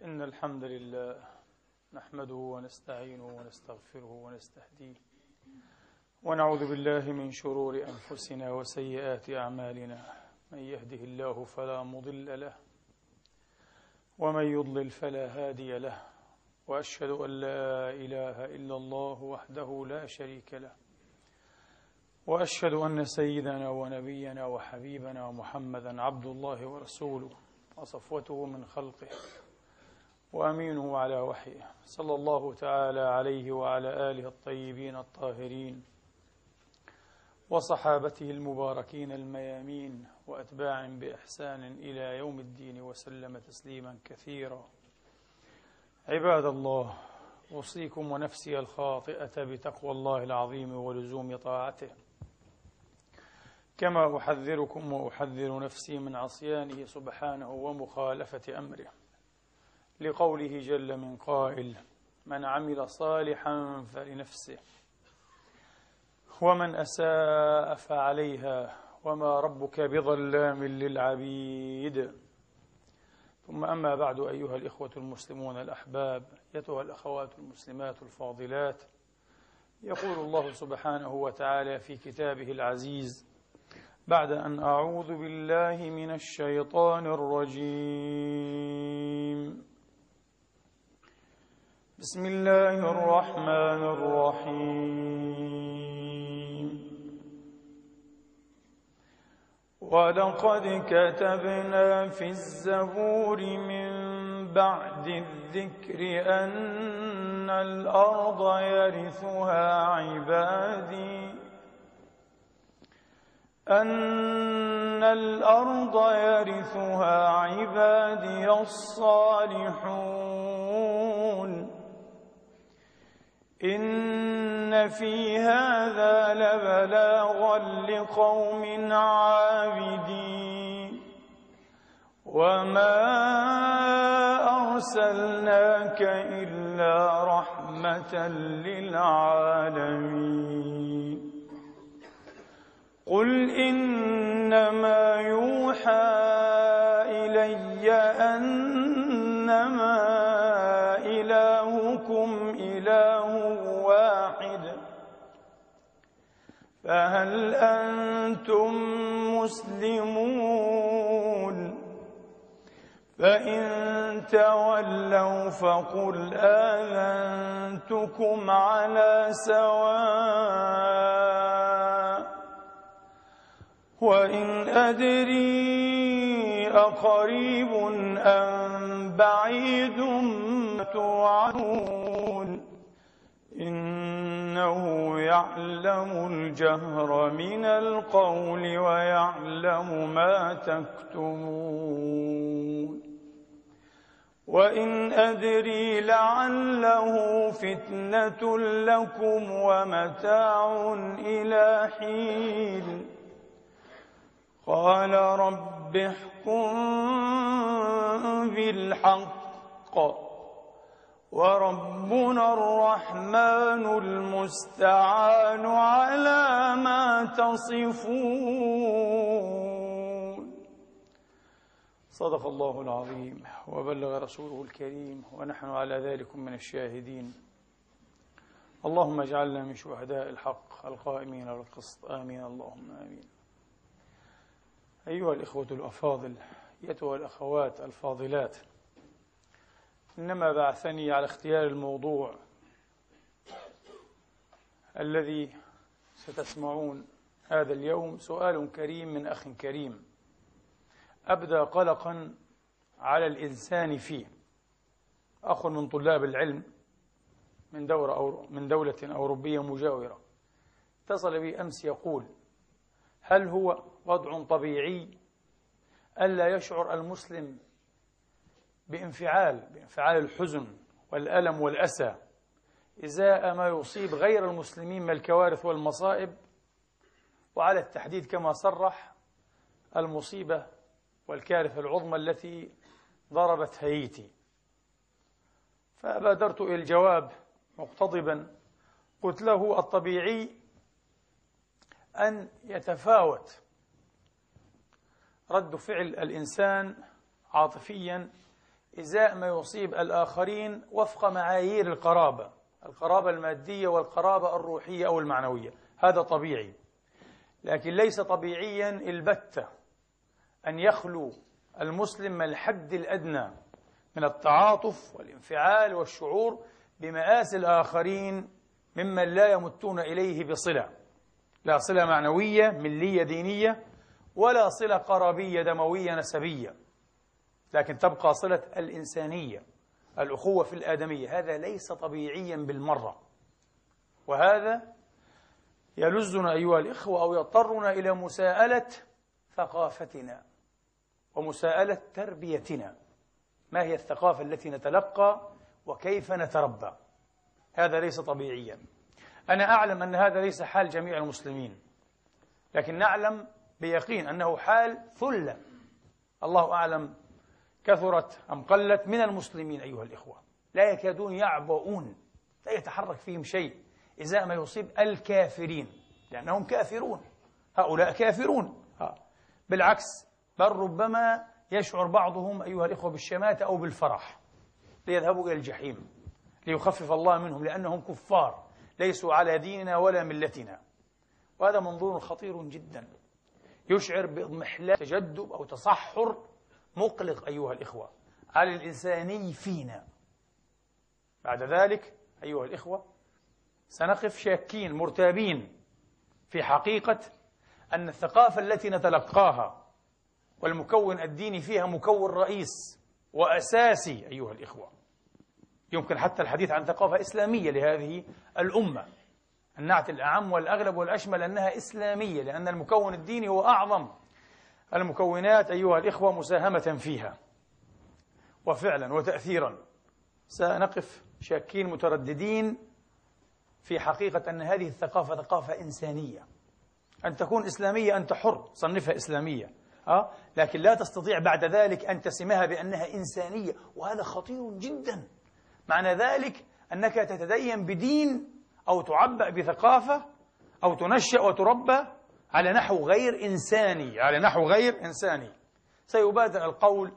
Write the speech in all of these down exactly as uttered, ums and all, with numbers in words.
إن الحمد لله نحمده ونستعينه ونستغفره ونستهديه ونعوذ بالله من شرور أنفسنا وسيئات أعمالنا. من يهده الله فلا مضل له ومن يضلل فلا هادي له، وأشهد أن لا إله إلا الله وحده لا شريك له، وأشهد أن سيدنا ونبينا وحبيبنا ومحمدا عبد الله ورسوله وصفوته من خلقه وأمينه على وحيه، صلى الله تعالى عليه وعلى آله الطيبين الطاهرين وصحابته المباركين الميامين وأتباع بإحسان إلى يوم الدين وسلم تسليما كثيرا. عباد الله، أوصيكم ونفسي الخاطئة بتقوى الله العظيم ولزوم طاعته، كما أحذركم وأحذر نفسي من عصيانه سبحانه ومخالفة أمره، لقوله جل من قائل: من عمل صالحا فلنفسه ومن أساء فعليها وما ربك بظلام للعبيد. ثم أما بعد، أيها الإخوة المسلمون الأحباب، أيتها الأخوات المسلمات الفاضلات، يقول الله سبحانه وتعالى في كتابه العزيز بعد أن أعوذ بالله من الشيطان الرجيم: بسم الله الرحمن الرحيم. ولقد كتبنا في الزبور من بعد الذكر أن الأرض يرثها عبادي أن الأرض يرثها عبادي الصالحون إن في هذا لبلاغا لقوم عابدين وما أرسلناك إلا رحمة للعالمين. قل إنما يوحى إلي أنما إلهكم إله واحد فهل أنتم مسلمون؟ فإن تولوا فقل آذنتكم على سواء وإن أدري أقريب أم بعيد توعدون إنه يعلم الجهر من القول ويعلم ما تكتمون وإن أدري لعله فتنة لكم ومتاع إلى حين. قال رب احكم بالحق وربنا الرحمن المستعان على ما تصفون. صدق الله العظيم وبلغ رسوله الكريم ونحن على ذلك من الشاهدين. اللهم اجعلنا من شهداء الحق القائمين بالقسط، آمين اللهم آمين. أيها الإخوة الأفاضل، أيتها الأخوات الفاضلات، إنما بعثني على اختيار الموضوع الذي ستسمعون هذا اليوم سؤال كريم من أخ كريم أبدى قلقا على الإنسان فيه. أخ من طلاب العلم من دورة أو من دولة أوروبية مجاورة اتصل بي أمس يقول: هل هو وضع طبيعي ألا يشعر المسلم بانفعال بانفعال الحزن والألم والأسى إزاء ما يصيب غير المسلمين من الكوارث والمصائب، وعلى التحديد كما صرح المصيبة والكارثة العظمى التي ضربت هايتي؟ فبادرت إلى الجواب مقتضبا، قلت له: الطبيعي أن يتفاوت رد فعل الإنسان عاطفيا إزاء ما يصيب الآخرين وفق معايير القرابة، القرابة المادية والقرابة الروحية أو المعنوية، هذا طبيعي. لكن ليس طبيعيا البتة أن يخلو المسلم من الحد الأدنى من التعاطف والانفعال والشعور بمآسي الآخرين ممن لا يمتون إليه بصلة، لا صلة معنوية ملية دينية ولا صلة قرابية دموية نسبية، لكن تبقى صلة الإنسانية، الأخوة في الآدمية. هذا ليس طبيعيا بالمرة، وهذا يلزنا أيها الإخوة أو يضطرنا إلى مساءلة ثقافتنا ومساءلة تربيتنا. ما هي الثقافة التي نتلقى وكيف نتربى؟ هذا ليس طبيعيا. أنا أعلم أن هذا ليس حال جميع المسلمين، لكن نعلم بيقين أنه حال ثلة، الله أعلم كثرت أم قلت، من المسلمين أيها الإخوة، لا يكادون يعبؤون، لا يتحرك فيهم شيء إزاء ما يصيب الكافرين، لأنهم كافرون، هؤلاء كافرون. بالعكس، بل ربما يشعر بعضهم أيها الإخوة بالشماتة أو بالفرح ليذهبوا إلى الجحيم ليخفف الله منهم، لأنهم كفار ليسوا على ديننا ولا ملتنا. وهذا منظور خطير جدا يشعر باضمحلال تجدب أو تصحر مقلق أيها الإخوة على الإنساني فينا. بعد ذلك أيها الإخوة سنقف شاكين مرتابين في حقيقة أن الثقافة التي نتلقاها والمكون الديني فيها مكون رئيس وأساسي أيها الإخوة. يمكن حتى الحديث عن ثقافة إسلامية لهذه الأمة، النعت الأعم والأغلب والأشمل أنها إسلامية، لأن المكون الديني هو أعظم المكونات أيها الإخوة مساهمة فيها وفعلا وتأثيرا. سنقف شاكين مترددين في حقيقة أن هذه الثقافة ثقافة إنسانية. أن تكون إسلامية أنت حر، صنفها إسلامية، أه؟ لكن لا تستطيع بعد ذلك أن تسمها بأنها إنسانية، وهذا خطير جدا. معنى ذلك أنك تتدين بدين أو تعبأ بثقافة أو تنشأ وتربى على نحو غير إنساني، على نحو غير إنساني. سيبادر القول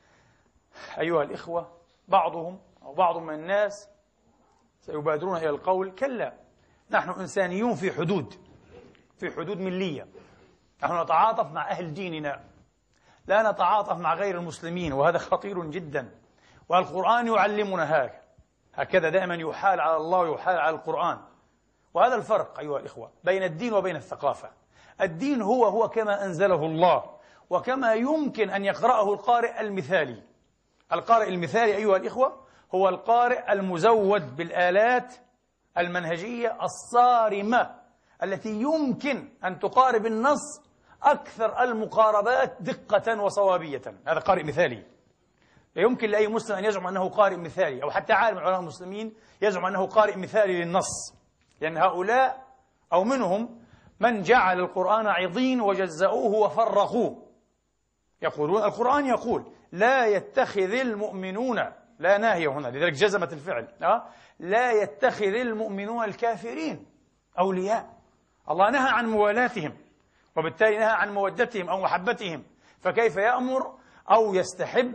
أيها الإخوة، بعضهم أو بعض من الناس سيبادرون إلى القول: كلا، نحن إنسانيون في حدود في حدود ملية، نحن نتعاطف مع أهل ديننا، لا نتعاطف مع غير المسلمين، وهذا خطير جدا. والقرآن يعلمنا هذا، هكذا دائما يحال على الله ويحال على القرآن. وهذا الفرق أيها الإخوة بين الدين وبين الثقافة. الدين هو هو كما أنزله الله وكما يمكن أن يقرأه القارئ المثالي. القارئ المثالي أيها الإخوة هو القارئ المزود بالآلات المنهجية الصارمة التي يمكن أن تقارب النص أكثر المقاربات دقة وصوابية. هذا قارئ مثالي. لا يمكن لأي مسلم أن يزعم أنه قارئ مثالي، أو حتى عالم علماء المسلمين يزعم أنه قارئ مثالي للنص، لأن هؤلاء أو منهم من جعل القرآن عضين وجزأوه وفرقوه. يقولون القرآن يقول لا يتخذ المؤمنون، لا ناهية هنا لذلك جزمت الفعل، لا يتخذ المؤمنون الكافرين أولياء. الله نهى عن موالاتهم وبالتالي نهى عن مودتهم أو محبتهم، فكيف يأمر أو يستحب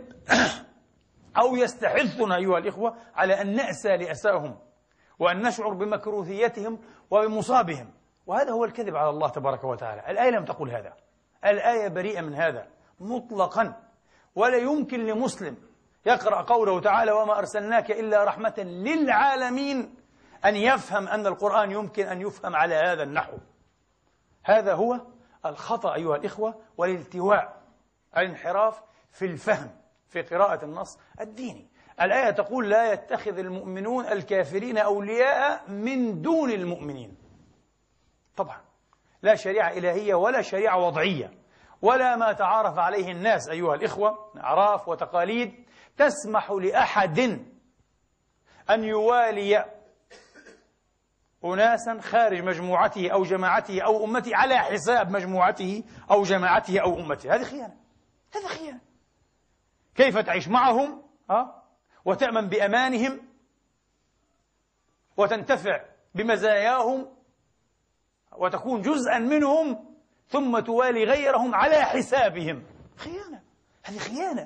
أو يستحثنا أيها الإخوة على أن نأسى لأساهم وأن نشعر بمكروهيتهم وبمصابهم؟ وهذا هو الكذب على الله تبارك وتعالى. الآية لم تقل هذا، الآية بريئة من هذا مطلقا. ولا يمكن لمسلم يقرأ قوله تعالى وما أرسلناك إلا رحمة للعالمين أن يفهم أن القرآن يمكن أن يفهم على هذا النحو. هذا هو الخطأ أيها الإخوة والالتواء، الانحراف في الفهم في قراءة النص الديني. الآية تقول لا يتخذ المؤمنون الكافرين أولياء من دون المؤمنين. طبعا لا شريعة إلهية ولا شريعة وضعية ولا ما تعارف عليه الناس أيها الإخوة، أعراف وتقاليد تسمح لأحد أن يوالي أناسا خارج مجموعته أو جماعته أو أمته على حساب مجموعته أو جماعته أو أمته. هذه خيانة، هذا خيانة. كيف تعيش معهم أه؟ وتأمن بأمانهم وتنتفع بمزاياهم وتكون جزءا منهم ثم توالي غيرهم على حسابهم؟ خيانة، هذه خيانة.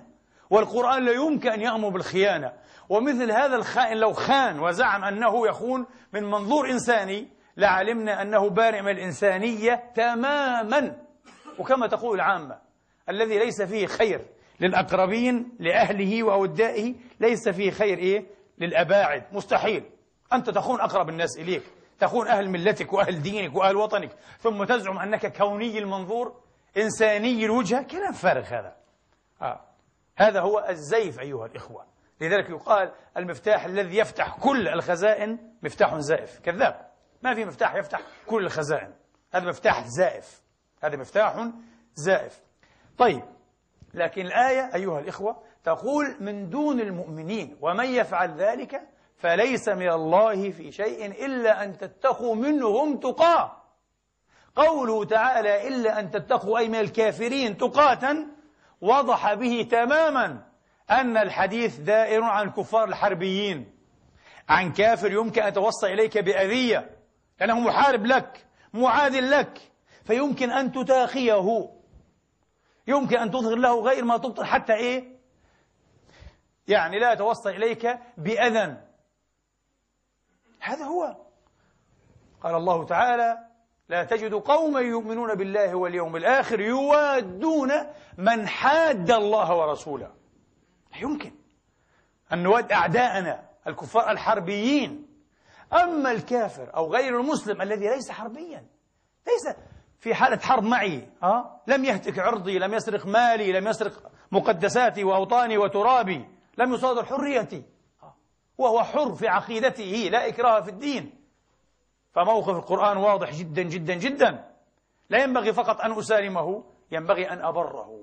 والقرآن لا يمكن أن يأمر بالخيانة. ومثل هذا الخائن لو خان وزعم أنه يخون من منظور إنساني لعلمنا أنه بارئ من الإنسانية تماما. وكما تقول العامة، الذي ليس فيه خير للأقربين لأهله وأودائه ليس فيه خير إيه؟ للأباعد. مستحيل أنت تخون أقرب الناس إليك، تخون أهل ملتك وأهل دينك وأهل وطنك، ثم تزعم أنك كوني المنظور إنساني الوجهة. كلام فارغ هذا. آه. هذا هو الزيف أيها الإخوة. لذلك يقال المفتاح الذي يفتح كل الخزائن مفتاح زائف. كذاب، ما في مفتاح يفتح كل الخزائن، هذا مفتاح زائف، هذا مفتاح زائف. طيب، لكن الآية أيها الإخوة تقول من دون المؤمنين، ومن يفعل ذلك فليس من الله في شيء إلا أن تتقوا منهم تقاه. قوله تعالى إلا أن تتقوا أي من الكافرين تقاة وضح به تماما أن الحديث دائر عن الكفار الحربيين، عن كافر يمكن أن يتوصل إليك بأذية لأنه محارب لك معاد لك، فيمكن أن تتاخيه، يمكن أن تظهر له غير ما تبطل حتى إيه؟ يعني لا يتوصل إليك بأذى. هذا هو. قال الله تعالى لا تجد قوما يؤمنون بالله واليوم الآخر يوادون من حاد الله ورسوله. يمكن أن نود أعداءنا الكفار الحربيين. أما الكافر أو غير المسلم الذي ليس حربيا، ليس في حالة حرب معي، أه؟ لم يهتك عرضي، لم يسرق مالي، لم يسرق مقدساتي وأوطاني وترابي، لم يصادر حريتي، وهو حر في عقيدته، لا إكراه في الدين. فموقف القرآن واضح جدا جدا جدا. لا ينبغي فقط أن أسالمه، ينبغي أن أبره.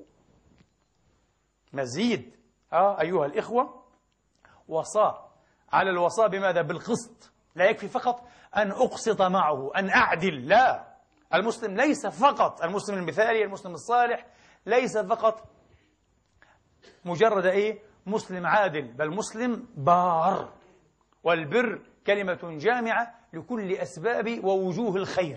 مزيد آه أيها الإخوة، وصاء على الوصاء بماذا؟ بالقسط. لا يكفي فقط أن أقسط معه، أن أعدل، لا. المسلم ليس فقط، المسلم المثالي، المسلم الصالح ليس فقط مجرد إيه؟ مسلم عادل، بل مسلم بار. والبر كلمة جامعة لكل أسباب ووجوه الخير.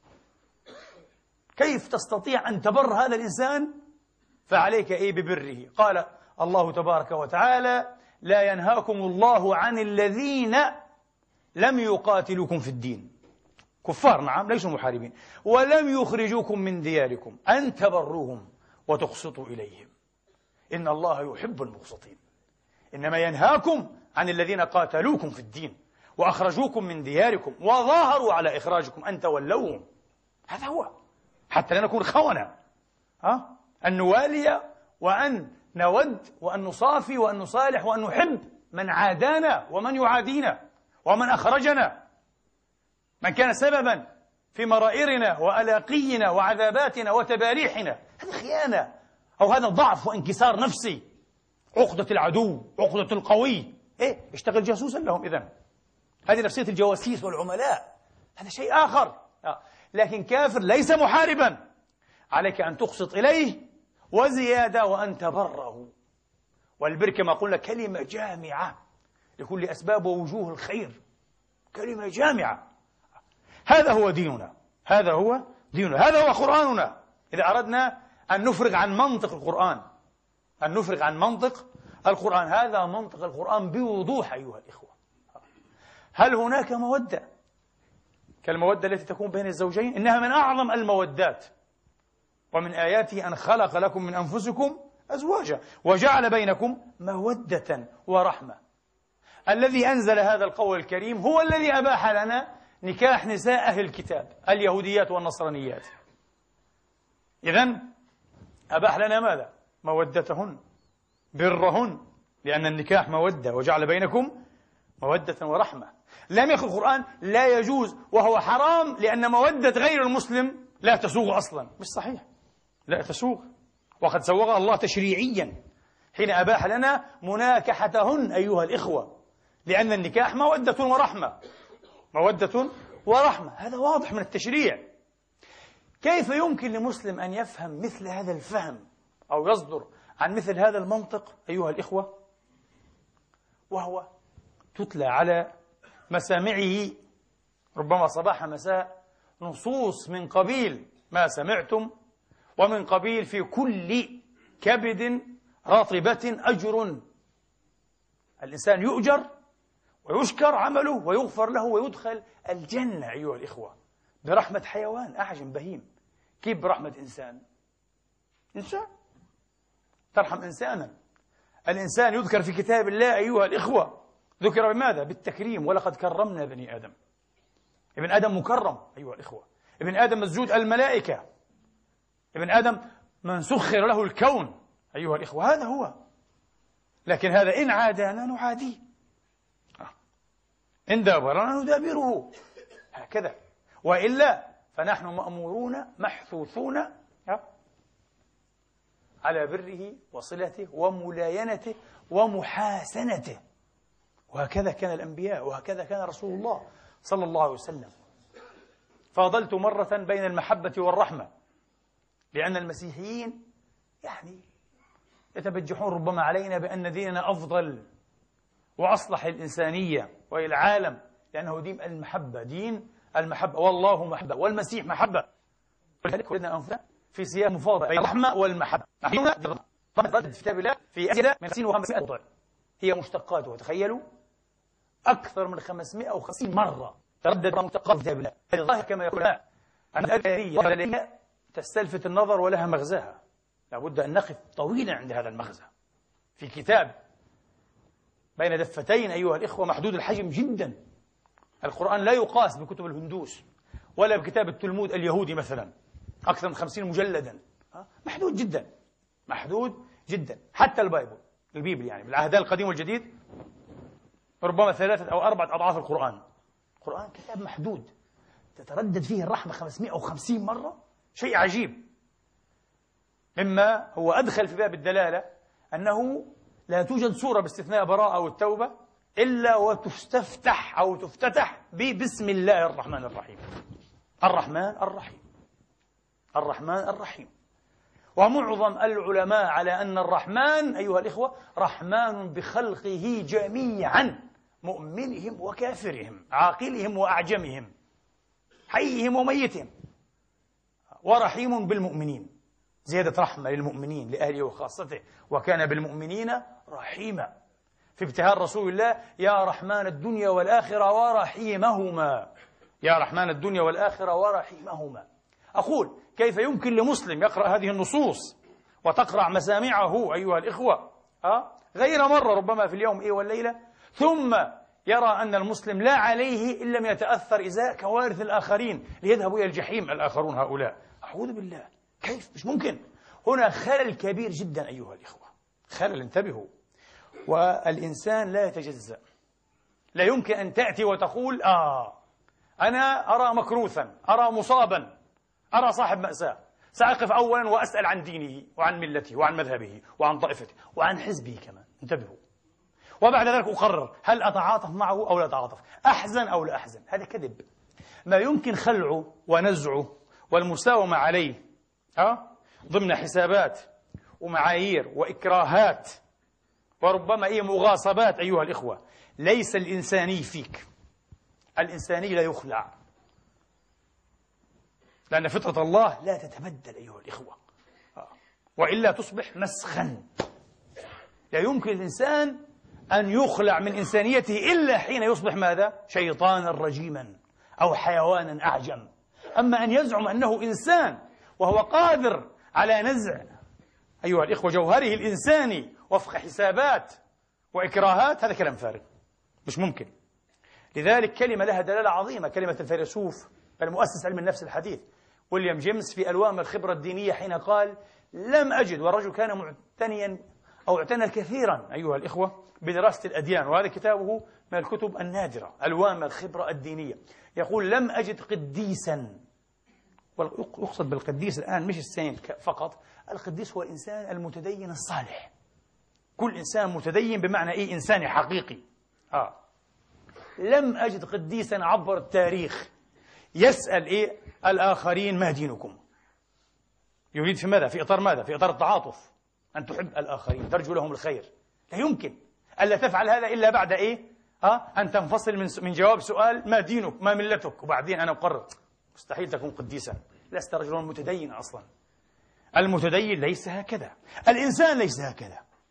كيف تستطيع أن تبر هذا الإنسان؟ فعليك إيه؟ ببره. قال الله تبارك وتعالى لا ينهاكم الله عن الذين لم يقاتلوكم في الدين، كفار نعم ليسوا محاربين، ولم يخرجوكم من دياركم أن تبروهم وتقسطوا إليهم إن الله يحب المقسطين. إنما ينهاكم عن الذين قاتلوكم في الدين وأخرجوكم من دياركم وظاهروا على إخراجكم أن تولوهم. هذا هو، حتى لا نكون خونة، ها؟ أن نوالي وأن نود وأن نصافي وأن نصالح وأن نحب من عادانا ومن يعادينا ومن أخرجنا، من كان سببا في مرائرنا وألاقينا وعذاباتنا وتباريحنا. هذه خيانة، أو هذا ضعف وانكسار نفسي، عقدة العدو، عقدة القوي. إيه؟ اشتغل جاسوسا لهم إذن. هذه نفسية الجواسيس والعملاء، هذا شيء آخر. آه. لكن كافر ليس محاربا، عليك أن تقسط إليه وزيادة وأن تبره. والبر كما قلنا كلمة جامعة لكل أسباب ووجوه الخير، كلمة جامعة. هذا هو ديننا، هذا هو ديننا، هذا هو قرآننا. إذا أردنا أن نفرغ عن منطق القرآن، أن نفرغ عن منطق القرآن، هذا منطق القرآن بوضوح أيها الإخوة. هل هناك مودة كالمودة التي تكون بين الزوجين؟ إنها من أعظم المودات. ومن آياته أن خلق لكم من أنفسكم أزواجا وجعل بينكم مودة ورحمة. الذي أنزل هذا القول الكريم هو الذي أباح لنا نكاح نساء أهل الكتاب اليهوديات والنصرانيات. إذن أباح لنا ماذا؟ مودتهن، برهن، لأن النكاح مودة وجعل بينكم مودة ورحمة. لم يقل القرآن لا يجوز وهو حرام لأن مودة غير المسلم لا تسوغ أصلا. مش صحيح، لا تسوغ، وقد سوغها الله تشريعيا حين أباح لنا مناكحتهن أيها الإخوة، لأن النكاح مودة ورحمة، مودة ورحمة، هذا واضح من التشريع. كيف يمكن لمسلم أن يفهم مثل هذا الفهم أو يصدر عن مثل هذا المنطق أيها الإخوة وهو تتلى على مسامعه ربما صباح مساء نصوص من قبيل ما سمعتم، ومن قبيل في كل كبد رطبة أجر. الإنسان يؤجر ويشكر عمله ويغفر له ويدخل الجنة أيها الإخوة برحمة حيوان أعجم بهيم. كيف برحمة إنسان؟ إنسان ترحم إنسانا. الإنسان يذكر في كتاب الله أيها الإخوة، ذكر بماذا؟ بالتكريم. ولقد كرمنا بني آدم. ابن آدم مكرم أيها الإخوة. ابن آدم مسجود الملائكة. ابن آدم من سخر له الكون أيها الإخوة. هذا هو. لكن هذا إن عادانا نعاديه، إن دابرنا ندابره، هكذا. وإلا فنحن مأمورون محثوثون على بره وصلته وملاينته ومحاسنته. وهكذا كان الأنبياء، وهكذا كان رسول الله صلى الله عليه وسلم. فاضلت مرة بين المحبة والرحمة، لأن المسيحيين يعني يتبجحون ربما علينا بأن ديننا أفضل وأصلح للإنسانية وللعالم، لأنه دين المحبة، دين المحبة، والله محبة والمسيح محبة. ولذلك وجدنا أنفسنا في سياق مفاضل بين الرحمة والمحبة. في كتاب الله في أزيد من خمسين وخمسمائة موضع هي مشتقاتها، تخيلوا، أكثر من خمسمائة وخمسين مرة تردد مشتقات كتاب الله. الظاهر كما يقول أن الآية تستلفت النظر ولها مغزاها. لابد أن نقف طويلا عند هذا المغزى في كتاب بين دفتين أيها الإخوة محدود الحجم جدا. القرآن لا يقاس بكتب الهندوس ولا بكتاب التلمود اليهودي مثلا، أكثر من خمسين مجلدا، محدود جدا، محدود جدا. حتى البايبل، البيبل يعني بالعهد القديم والجديد ربما ثلاثة أو أربعة أضعاف القرآن. القرآن كتاب محدود تتردد فيه الرحمة خمسمائة وخمسين مرة، شيء عجيب. مما هو أدخل في باب الدلالة أنه لا توجد سورة باستثناء براءة أو التوبة إلا وتستفتح أو تفتتح ببسم الله الرحمن الرحيم. الرحمن الرحيم، الرحمن الرحيم. ومعظم العلماء على أن الرحمن أيها الإخوة رحمن بخلقه جميعا، مؤمنهم وكافرهم، عاقلهم وأعجمهم، حيهم وميتهم، ورحيم بالمؤمنين، زيادة رحمة للمؤمنين لأهله وخاصته، وكان بالمؤمنين رحيما. في ابتهال رسول الله يا رحمن الدنيا والآخرة ورحيمهما، يا رحمن الدنيا والآخرة ورحيمهما. أقول كيف يمكن لمسلم يقرأ هذه النصوص وتقرع مسامعه أيها الإخوة أه؟ غير مرة ربما في اليوم إيه والليلة، ثم يرى أن المسلم لا عليه إن لم يتأثر إزاء كوارث الآخرين ليذهبوا إلى الجحيم الآخرون هؤلاء. أعوذ بالله، كيف؟ مش ممكن. هنا خلل كبير جدا أيها الإخوة، خلل، انتبهوا. والإنسان لا يتجزأ. لا يمكن أن تأتي وتقول آه أنا أرى مكروثا، أرى مصابا، أرى صاحب مأساة، سأقف أولا وأسأل عن دينه وعن ملته وعن مذهبه وعن طائفته وعن حزبه كمان، انتبهوا. وبعد ذلك أقرر هل أتعاطف معه أو لا أتعاطف، أحزن أو لا أحزن. هذا كذب. ما يمكن خلعه ونزعه والمساومة عليه أه؟ ضمن حسابات ومعايير وإكراهات وربما أي مغاصبات أيها الإخوة. ليس الإنساني فيك، الإنساني لا يخلع، لأن فطرة الله لا تتبدل أيها الإخوة، وإلا تصبح مسخا. لا يمكن الإنسان أن يخلع من إنسانيته إلا حين يصبح ماذا؟ شيطانا رجيما أو حيوانا أعجم. أما أن يزعم أنه إنسان وهو قادر على نزع أيها الإخوة جوهره الإنساني وفق حسابات وإكراهات، هذا كلام فارغ، مش ممكن. لذلك كلمة لها دلالة عظيمة، كلمة الفيلسوف المؤسس علم النفس الحديث ويليام جيمس في ألوام الخبرة الدينية، حين قال لم أجد، والرجل كان معتنيا أو اعتنى كثيرا أيها الإخوة بدراسة الأديان، وهذا كتابه من الكتب النادرة، ألوام الخبرة الدينية، يقول لم أجد قديسا. ويقصد بالقديس الآن مش السينت فقط، القديس هو الإنسان المتدين الصالح. كل إنسان متدين بمعنى إيه؟ إنساني حقيقي. آه. لم أجد قديسا عبر التاريخ يسأل إيه الآخرين ما دينكم، يريد في ماذا؟ في إطار ماذا؟ في إطار التعاطف، أن تحب الآخرين، ترجو لهم الخير. لا يمكن ألا تفعل هذا إلا بعد إيه؟ آه؟ أن تنفصل من من جواب سؤال ما دينك، ما ملتك، وبعدين أنا أقرر. مستحيل تكون قديسا، لست رجلا متدينا أصلا. المتدين ليس هكذا، الإنسان ليس هكذا.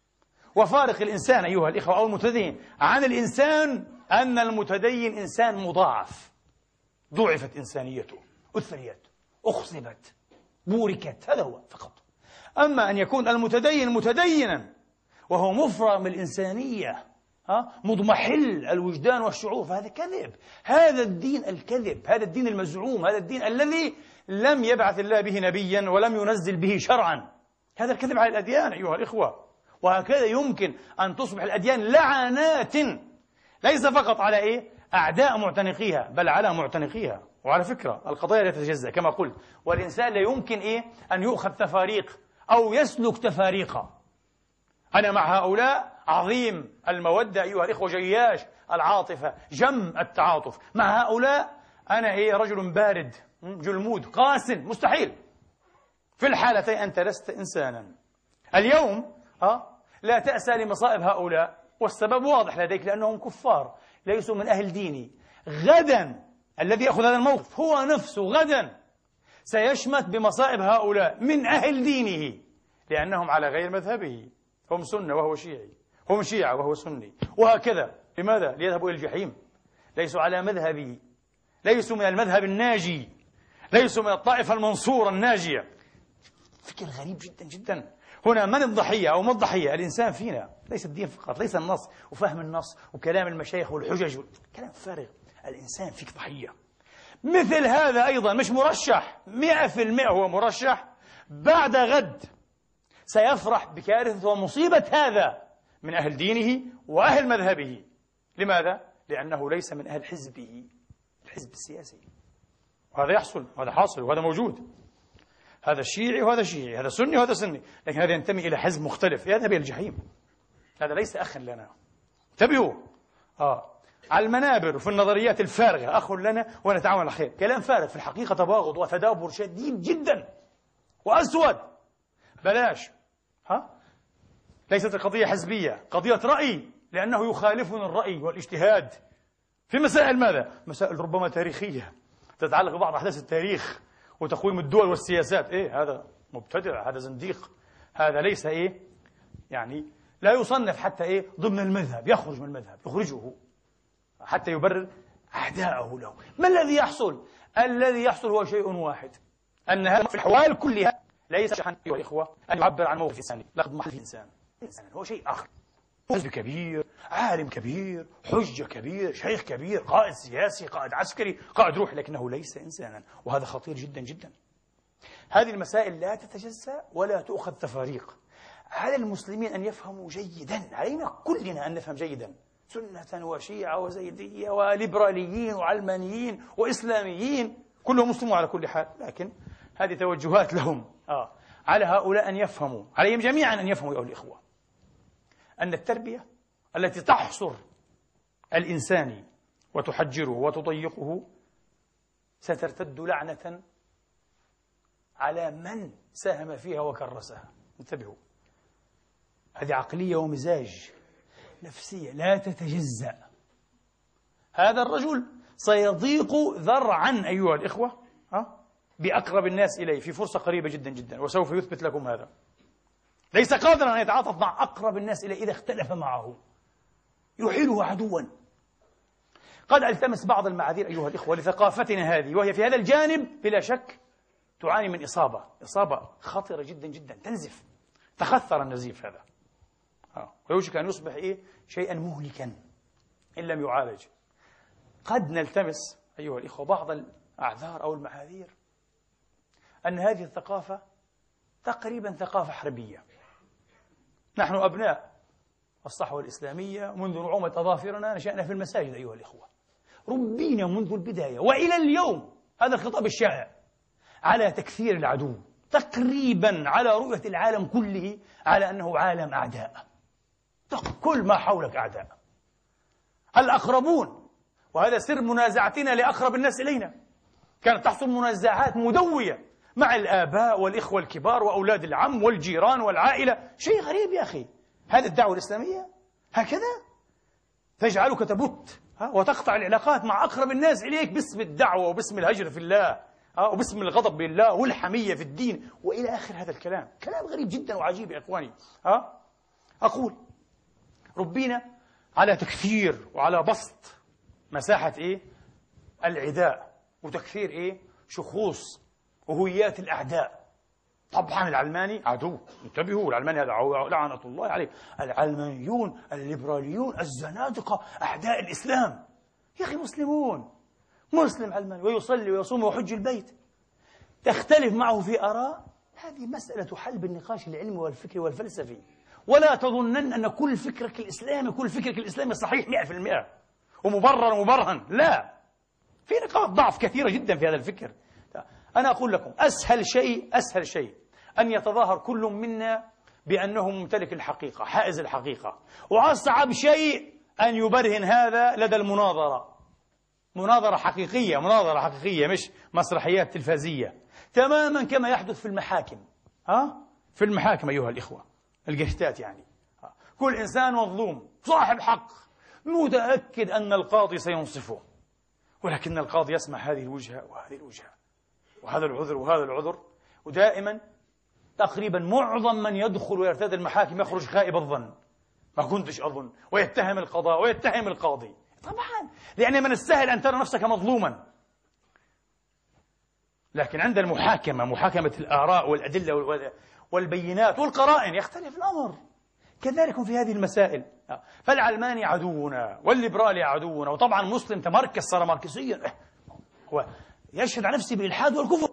وفارق الإنسان أيها الإخوة أو المتدين عن الإنسان أن المتدين إنسان مضاعف، ضعفت إنسانيته، أثريت، أخصبت، بوركت، هذا هو فقط. أما أن يكون المتدين متدينا وهو مفرغ من الإنسانية، ها مضمحل الوجدان والشعور، فهذا كذب. هذا الدين الكذب، هذا الدين المزعوم، هذا الدين الذي لم يبعث الله به نبيا ولم ينزل به شرعا. هذا الكذب على الأديان أيها الإخوة. وهكذا يمكن أن تصبح الأديان لعنات، ليس فقط على إيه؟ أعداء معتنقيها، بل على معتنقيها. وعلى فكرة القضايا لا تتجزأ كما قلت، والإنسان لا يمكن إيه؟ أن يؤخذ تفاريق أو يسلك تفاريقا. أنا مع هؤلاء عظيم المودة أيها الإخوة، جياش العاطفة، جم التعاطف. مع هؤلاء أنا إيه؟ رجل بارد جلمود قاس، مستحيل. في الحالتين أنت لست إنسانا. اليوم أه؟ لا تأسى لمصائب هؤلاء، والسبب واضح لديك، لأنهم كفار ليسوا من أهل ديني. غدا الذي يأخذ هذا الموقف هو نفسه غدا سيشمت بمصائب هؤلاء من أهل دينه، لأنهم على غير مذهبه. هم سنة وهو شيعي، هم شيعة وهو سني، وهكذا. لماذا؟ ليذهبوا إلى الجحيم. ليسوا على مذهبه، ليسوا من المذهب الناجي، ليسوا من الطائفة المنصورة الناجية. فكر غريب جدا جدا. هنا من الضحية أو ما الضحية؟ الإنسان فينا، ليس الدين فقط، ليس النص وفهم النص وكلام المشايخ والحجج، كلام فارغ. الإنسان فيك ضحية. مثل هذا أيضا مش مرشح مئة في المئة، هو مرشح بعد غد سيفرح بكارثة ومصيبة هذا من أهل دينه وأهل مذهبه. لماذا؟ لأنه ليس من أهل حزبه، الحزب السياسي. وهذا يحصل، وهذا حاصل، وهذا موجود. هذا شيعي وهذا شيعي، هذا سني وهذا سني، لكن هذا ينتمي إلى حزب مختلف، يذهب إلى الجحيم. هذا ليس أخا لنا. انتبهوا. آه. على المنابر وفي النظريات الفارغة أخ لنا ونتعاون على الخير، كلام فارغ. في الحقيقة تباغض وتدابر شديد جدا وأسود. بلاش. ها؟ ليست القضية حزبية، قضية رأي، لأنه يخالفنا الرأي والاجتهاد في مسائل ماذا؟ مسائل ربما تاريخية تتعلق ببعض أحداث التاريخ وتقويم الدول والسياسات. إيه هذا مبتدع، هذا زنديق، هذا ليس إيه يعني لا يصنف حتى إيه ضمن المذهب، يخرج من المذهب، يخرجه حتى يبرر أعداءه له. ما الذي يحصل؟ الذي يحصل هو شيء واحد، أن هذا في الحوال كلها ليس شأن أيها الإخوة أن يعبر عن موقف إنساني، لا محل الإنسان. الإنسان هو شيء آخر، حزب كبير، عالم كبير، حجة كبير، شيخ كبير، قائد سياسي، قائد عسكري، قائد روح، لكنه ليس إنسانا، وهذا خطير جدا جدا. هذه المسائل لا تتجزأ ولا تؤخذ تفاريق. على المسلمين أن يفهموا جيدا، علينا كلنا أن نفهم جيدا، سنة وشيعة وزيدية وليبراليين وعلمانيين وإسلاميين، كلهم مسلمون على كل حال، لكن هذه توجهات لهم. آه. على هؤلاء أن يفهموا، عليهم جميعا أن يفهموا أيها الإخوة، أن التربية التي تحصر الإنسان وتحجره وتضيقه سترتد لعنة على من ساهم فيها وكرسها. انتبهوا، هذه عقلية ومزاج، نفسية لا تتجزأ. هذا الرجل سيضيق ذرعا أيها الإخوة ها بأقرب الناس إليه في فرصة قريبة جدا جدا، وسوف يثبت لكم هذا. ليس قادرا أن يتعاطف مع أقرب الناس إليه إذا اختلف معه، يحيله عدوا. قد ألتمس بعض المعاذير أيها الإخوة لثقافتنا هذه، وهي في هذا الجانب بلا شك تعاني من إصابة إصابة خطرة جدا جدا، تنزف، تخثر النزيف هذا، ويوشك أن يصبح إيه؟ شيئا مهلكا إن لم يعالج. قد نلتمس أيها الإخوة بعض الأعذار أو المعاذير أن هذه الثقافة تقريبا ثقافة حربية. نحن أبناء الصحوة الإسلامية منذ نعومة أظافرنا نشأنا في المساجد أيها الإخوة، ربينا منذ البداية وإلى اليوم هذا الخطاب الشائع على تكثير العدو، تقريبا على رؤية العالم كله على أنه عالم أعداء، كل ما حولك أعداء، الأقربون. وهذا سر منازعتنا لأقرب الناس إلينا، كانت تحصل منازعات مدوية مع الآباء والإخوة الكبار وأولاد العم والجيران والعائلة. شيء غريب يا أخي، هذه الدعوة الإسلامية هكذا تجعلك تبت وتقطع العلاقات مع أقرب الناس إليك باسم الدعوة وباسم الهجر في الله وباسم الغضب بالله والحمية في الدين وإلى آخر هذا الكلام. كلام غريب جدا وعجيب يا إخواني. أقول ربينا على تكثير وعلى بسط مساحة إيه؟ العداء وتكثير إيه؟ شخوص وهويات الأعداء. طبعا العلماني عدو، انتبهوا، العلماني هذا لعنة الله عليه. العلمانيون الليبراليون الزنادقة أعداء الإسلام. يا أخي مسلمون، مسلم علماني ويصلي ويصوم ويحج البيت، تختلف معه في آراء، هذه مسألة حل بالنقاش العلمي والفكري والفلسفي. ولا تظنن أن كل فكرك الإسلامي كل فكرك الإسلامي صحيح مئة في المئة ومبرر ومبرهن، لا، في نقاط ضعف كثيرة جدا في هذا الفكر. أنا أقول لكم أسهل شيء أسهل شيء أن يتظاهر كل منا بأنه ممتلك الحقيقة، حائز الحقيقة، وأصعب شيء أن يبرهن هذا لدى المناظرة. مناظرة حقيقية، مناظرة حقيقية مش مسرحيات تلفازية، تماما كما يحدث في المحاكم. ها؟ في المحاكم أيها الإخوة، الجهتات يعني، ها؟ كل إنسان مظلوم صاحب حق متأكد أن القاضي سينصفه، ولكن القاضي يسمع هذه الوجهة وهذه الوجهة وهذا العذر وهذا العذر، ودائما تقريبا معظم من يدخل ويرتدي المحاكم يخرج خائب الظن، ما كنتش أظن، ويتهم القضاء ويتهم القاضي. طبعا لأن من السهل أن ترى نفسك مظلوما، لكن عند المحاكمة، محاكمة الآراء والأدلة والبينات والقرائن، يختلف الأمر. كذلك في هذه المسائل. فالعلماني عدونا والليبرالي عدونا، وطبعا مسلم تمركز صار ماركسيا، هو يشهد على نفسه بالإلحاد والكفر،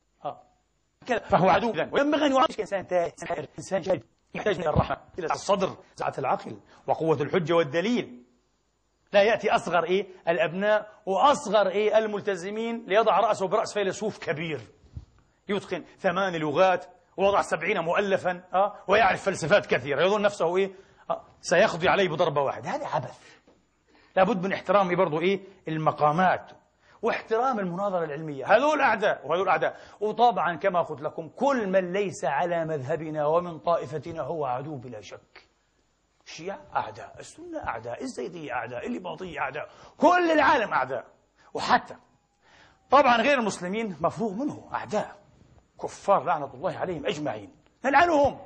فهو عدو. وينبغي أن يعالج إنسان تائه، إنسان جاد، يحتاج إلى الرحمة، إلى الصدر، سعة العقل وقوة الحجة والدليل. لا يأتي أصغر إيه الأبناء وأصغر إيه الملتزمين ليضع رأسه برأس فيلسوف كبير يتقن ثمان لغات ووضع سبعين مؤلفا، أه ويعرف فلسفات كثيرة، يظن نفسه إيه أه سيقضي عليه بضربة واحدة. هذا عبث. لابد من احترام برضو إيه المقامات واحترام المناظرة العلمية. هذول أعداء وهذول أعداء. وطبعا كما قلت لكم كل من ليس على مذهبنا ومن طائفتنا هو عدو بلا شك. الشيعة أعداء، السنة أعداء، الزيدية أعداء، الليباطية أعداء، كل العالم أعداء. وحتى طبعا غير المسلمين مفروغ منه أعداء كفار لعنة الله عليهم أجمعين، نلعنهم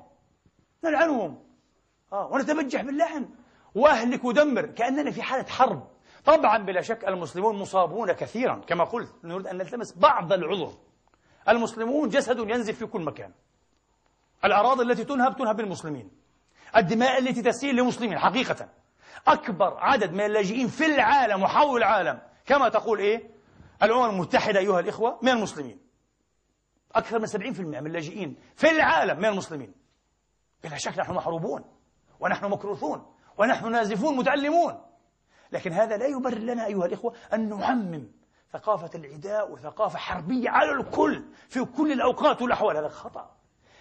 نلعنهم آه ونتبجح باللعن وأهلك ودمر كأننا في حالة حرب. طبعا بلا شك المسلمون مصابون كثيرا، كما قلت نريد أن نلتمس بعض العذر. المسلمون جسد ينزف في كل مكان، الأراضي التي تنهب تنهب بالمسلمين، الدماء التي تسيل لمسلمين. حقيقة أكبر عدد من اللاجئين في العالم وحول العالم كما تقول إيه الأمم المتحدة أيها الإخوة من المسلمين. أكثر من سبعين بالمئة من اللاجئين في العالم من المسلمين. بلا شك نحن محروبون ونحن مكروثون ونحن نازفون متعلمون، لكن هذا لا يبرر لنا أيها الإخوة أن نعمم ثقافة العداء وثقافة حربية على الكل في كل الأوقات والأحوال. هذا خطأ.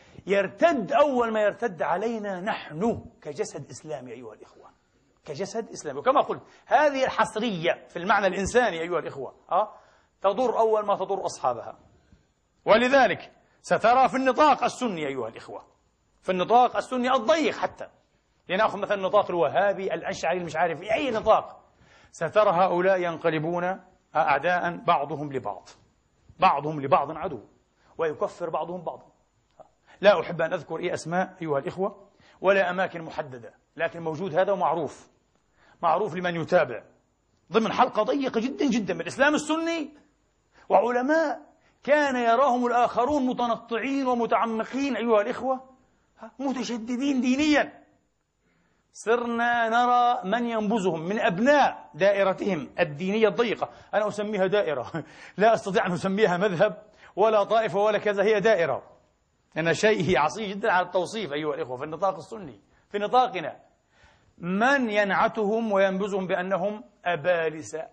يرتد أول ما يرتد علينا نحن كجسد إسلامي أيها الإخوة، كجسد إسلامي. وكما قلت هذه الحصرية في المعنى الإنساني أيها الإخوة أه؟ تضر أول ما تضر أصحابها. ولذلك سترى في النطاق السني أيها الإخوة، في النطاق السني الضيق حتى، لنأخذ مثلا النطاق الوهابي الأشعري المش عارف في أي نطاق، سترى هؤلاء ينقلبون أعداء بعضهم لبعض، بعضهم لبعض عدو، ويكفر بعضهم بعضا. لا أحب أن أذكر إيه أسماء أيها الإخوة ولا أماكن محددة، لكن موجود هذا ومعروف، معروف لمن يتابع ضمن حلقة ضيقة جدا جدا من الإسلام السني، وعلماء كان يراهم الآخرون متنطعين ومتعمقين أيها الإخوة متشددين دينيا. صرنا نرى من ينبذهم من أبناء دائرتهم الدينية الضيقة. أنا أسميها دائرة، لا أستطيع أن أسميها مذهب ولا طائفة ولا كذا، هي دائرة، لأن شيء عصي جدا على التوصيف أيها الإخوة. في النطاق السني في نطاقنا من ينعتهم وينبذهم بأنهم أبالسة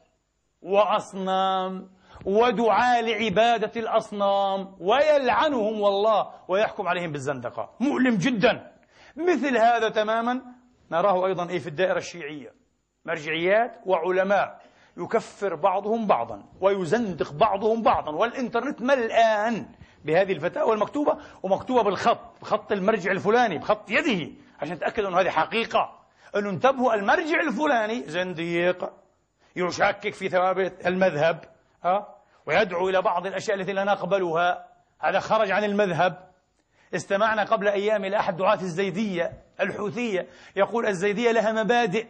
وأصنام ودعاء لعبادة الأصنام، ويلعنهم والله ويحكم عليهم بالزندقة. مؤلم جدا. مثل هذا تماما نراه أيضا إيه في الدائرة الشيعية، مرجعيات وعلماء يكفر بعضهم بعضا ويزندق بعضهم بعضا، والإنترنت ملآن بهذه الفتاوى المكتوبة ومكتوبة بالخط، بخط المرجع الفلاني بخط يده، عشان تأكدوا أن هذه حقيقة، أنه انتبهوا المرجع الفلاني زنديق يشكك في ثوابت المذهب أه؟ ويدعو إلى بعض الأشياء التي لا نقبلها، هذا خرج عن المذهب. استمعنا قبل أيام إلى أحد دعاة الزيدية الحوثية، يقول الزيدية لها مبادئ.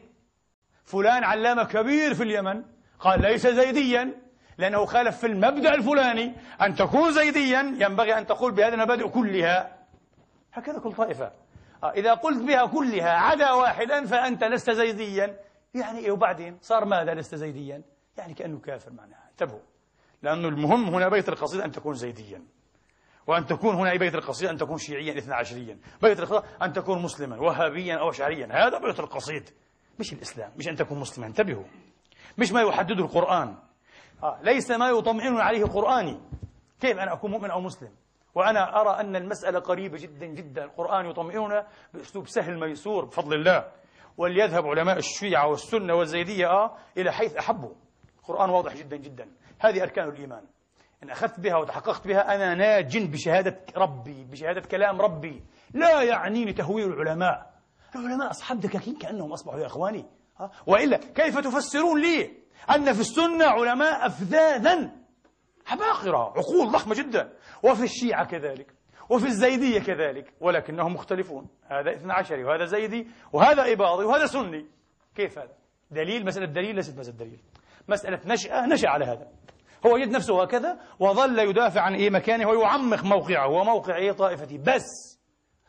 فلان علامة كبير في اليمن قال ليس زيديا لأنه خالف في المبدأ الفلاني. أن تكون زيديا ينبغي أن تقول بهذه المبادئ كلها. هكذا كل طائفة. إذا قلت بها كلها عدا واحدا فأنت لست زيديا. يعني إيه؟ وبعدين صار ماذا لست زيديا؟ يعني كأنه كافر معناها. انتبهوا، لأنه المهم هنا بيت القصيد أن تكون زيديا، وأن تكون هنا بيت القصيد أن تكون شيعيا اثنا عشريا، بيت القصيد أن تكون مسلما وهابيا أو أشعريا. هذا بيت القصيد، مش الإسلام، مش أن تكون مسلما. انتبهوا، مش ما يحدده القرآن. آه. ليس ما يطمئن عليه قرآني. كيف أنا أكون مؤمن أو مسلم؟ وأنا أرى أن المسألة قريبة جدا جدا. القرآن يطمئننا بأسلوب سهل ميسور بفضل الله. وليذهب علماء الشيعة والسنة والزيدية آه إلى حيث أحبوا. القرآن واضح جدا جدا. هذه أركان الإيمان، إن أخذت بها وتحققت بها أنا ناج بشهادة ربي، بشهادة كلام ربي. لا يعنيني تهويل العلماء. العلماء أصحاب دكاكين كأنهم أصبحوا يا إخواني. ها؟ وإلا كيف تفسرون لي أن في السنة علماء أفذاذا عباقرة عقول ضخمة جدا، وفي الشيعة كذلك، وفي الزيدية كذلك، ولكنهم مختلفون. هذا اثنا عشري وهذا زيدي وهذا إباضي وهذا سني. كيف هذا؟ دليل؟ مسألة دليل ليست مسألة دليل، مسألة نشأة. نشأ على هذا، هو يجد نفسه هكذا وظل يدافع عن إيه مكانه ويعمق موقعه وموقع إيه طائفته بس.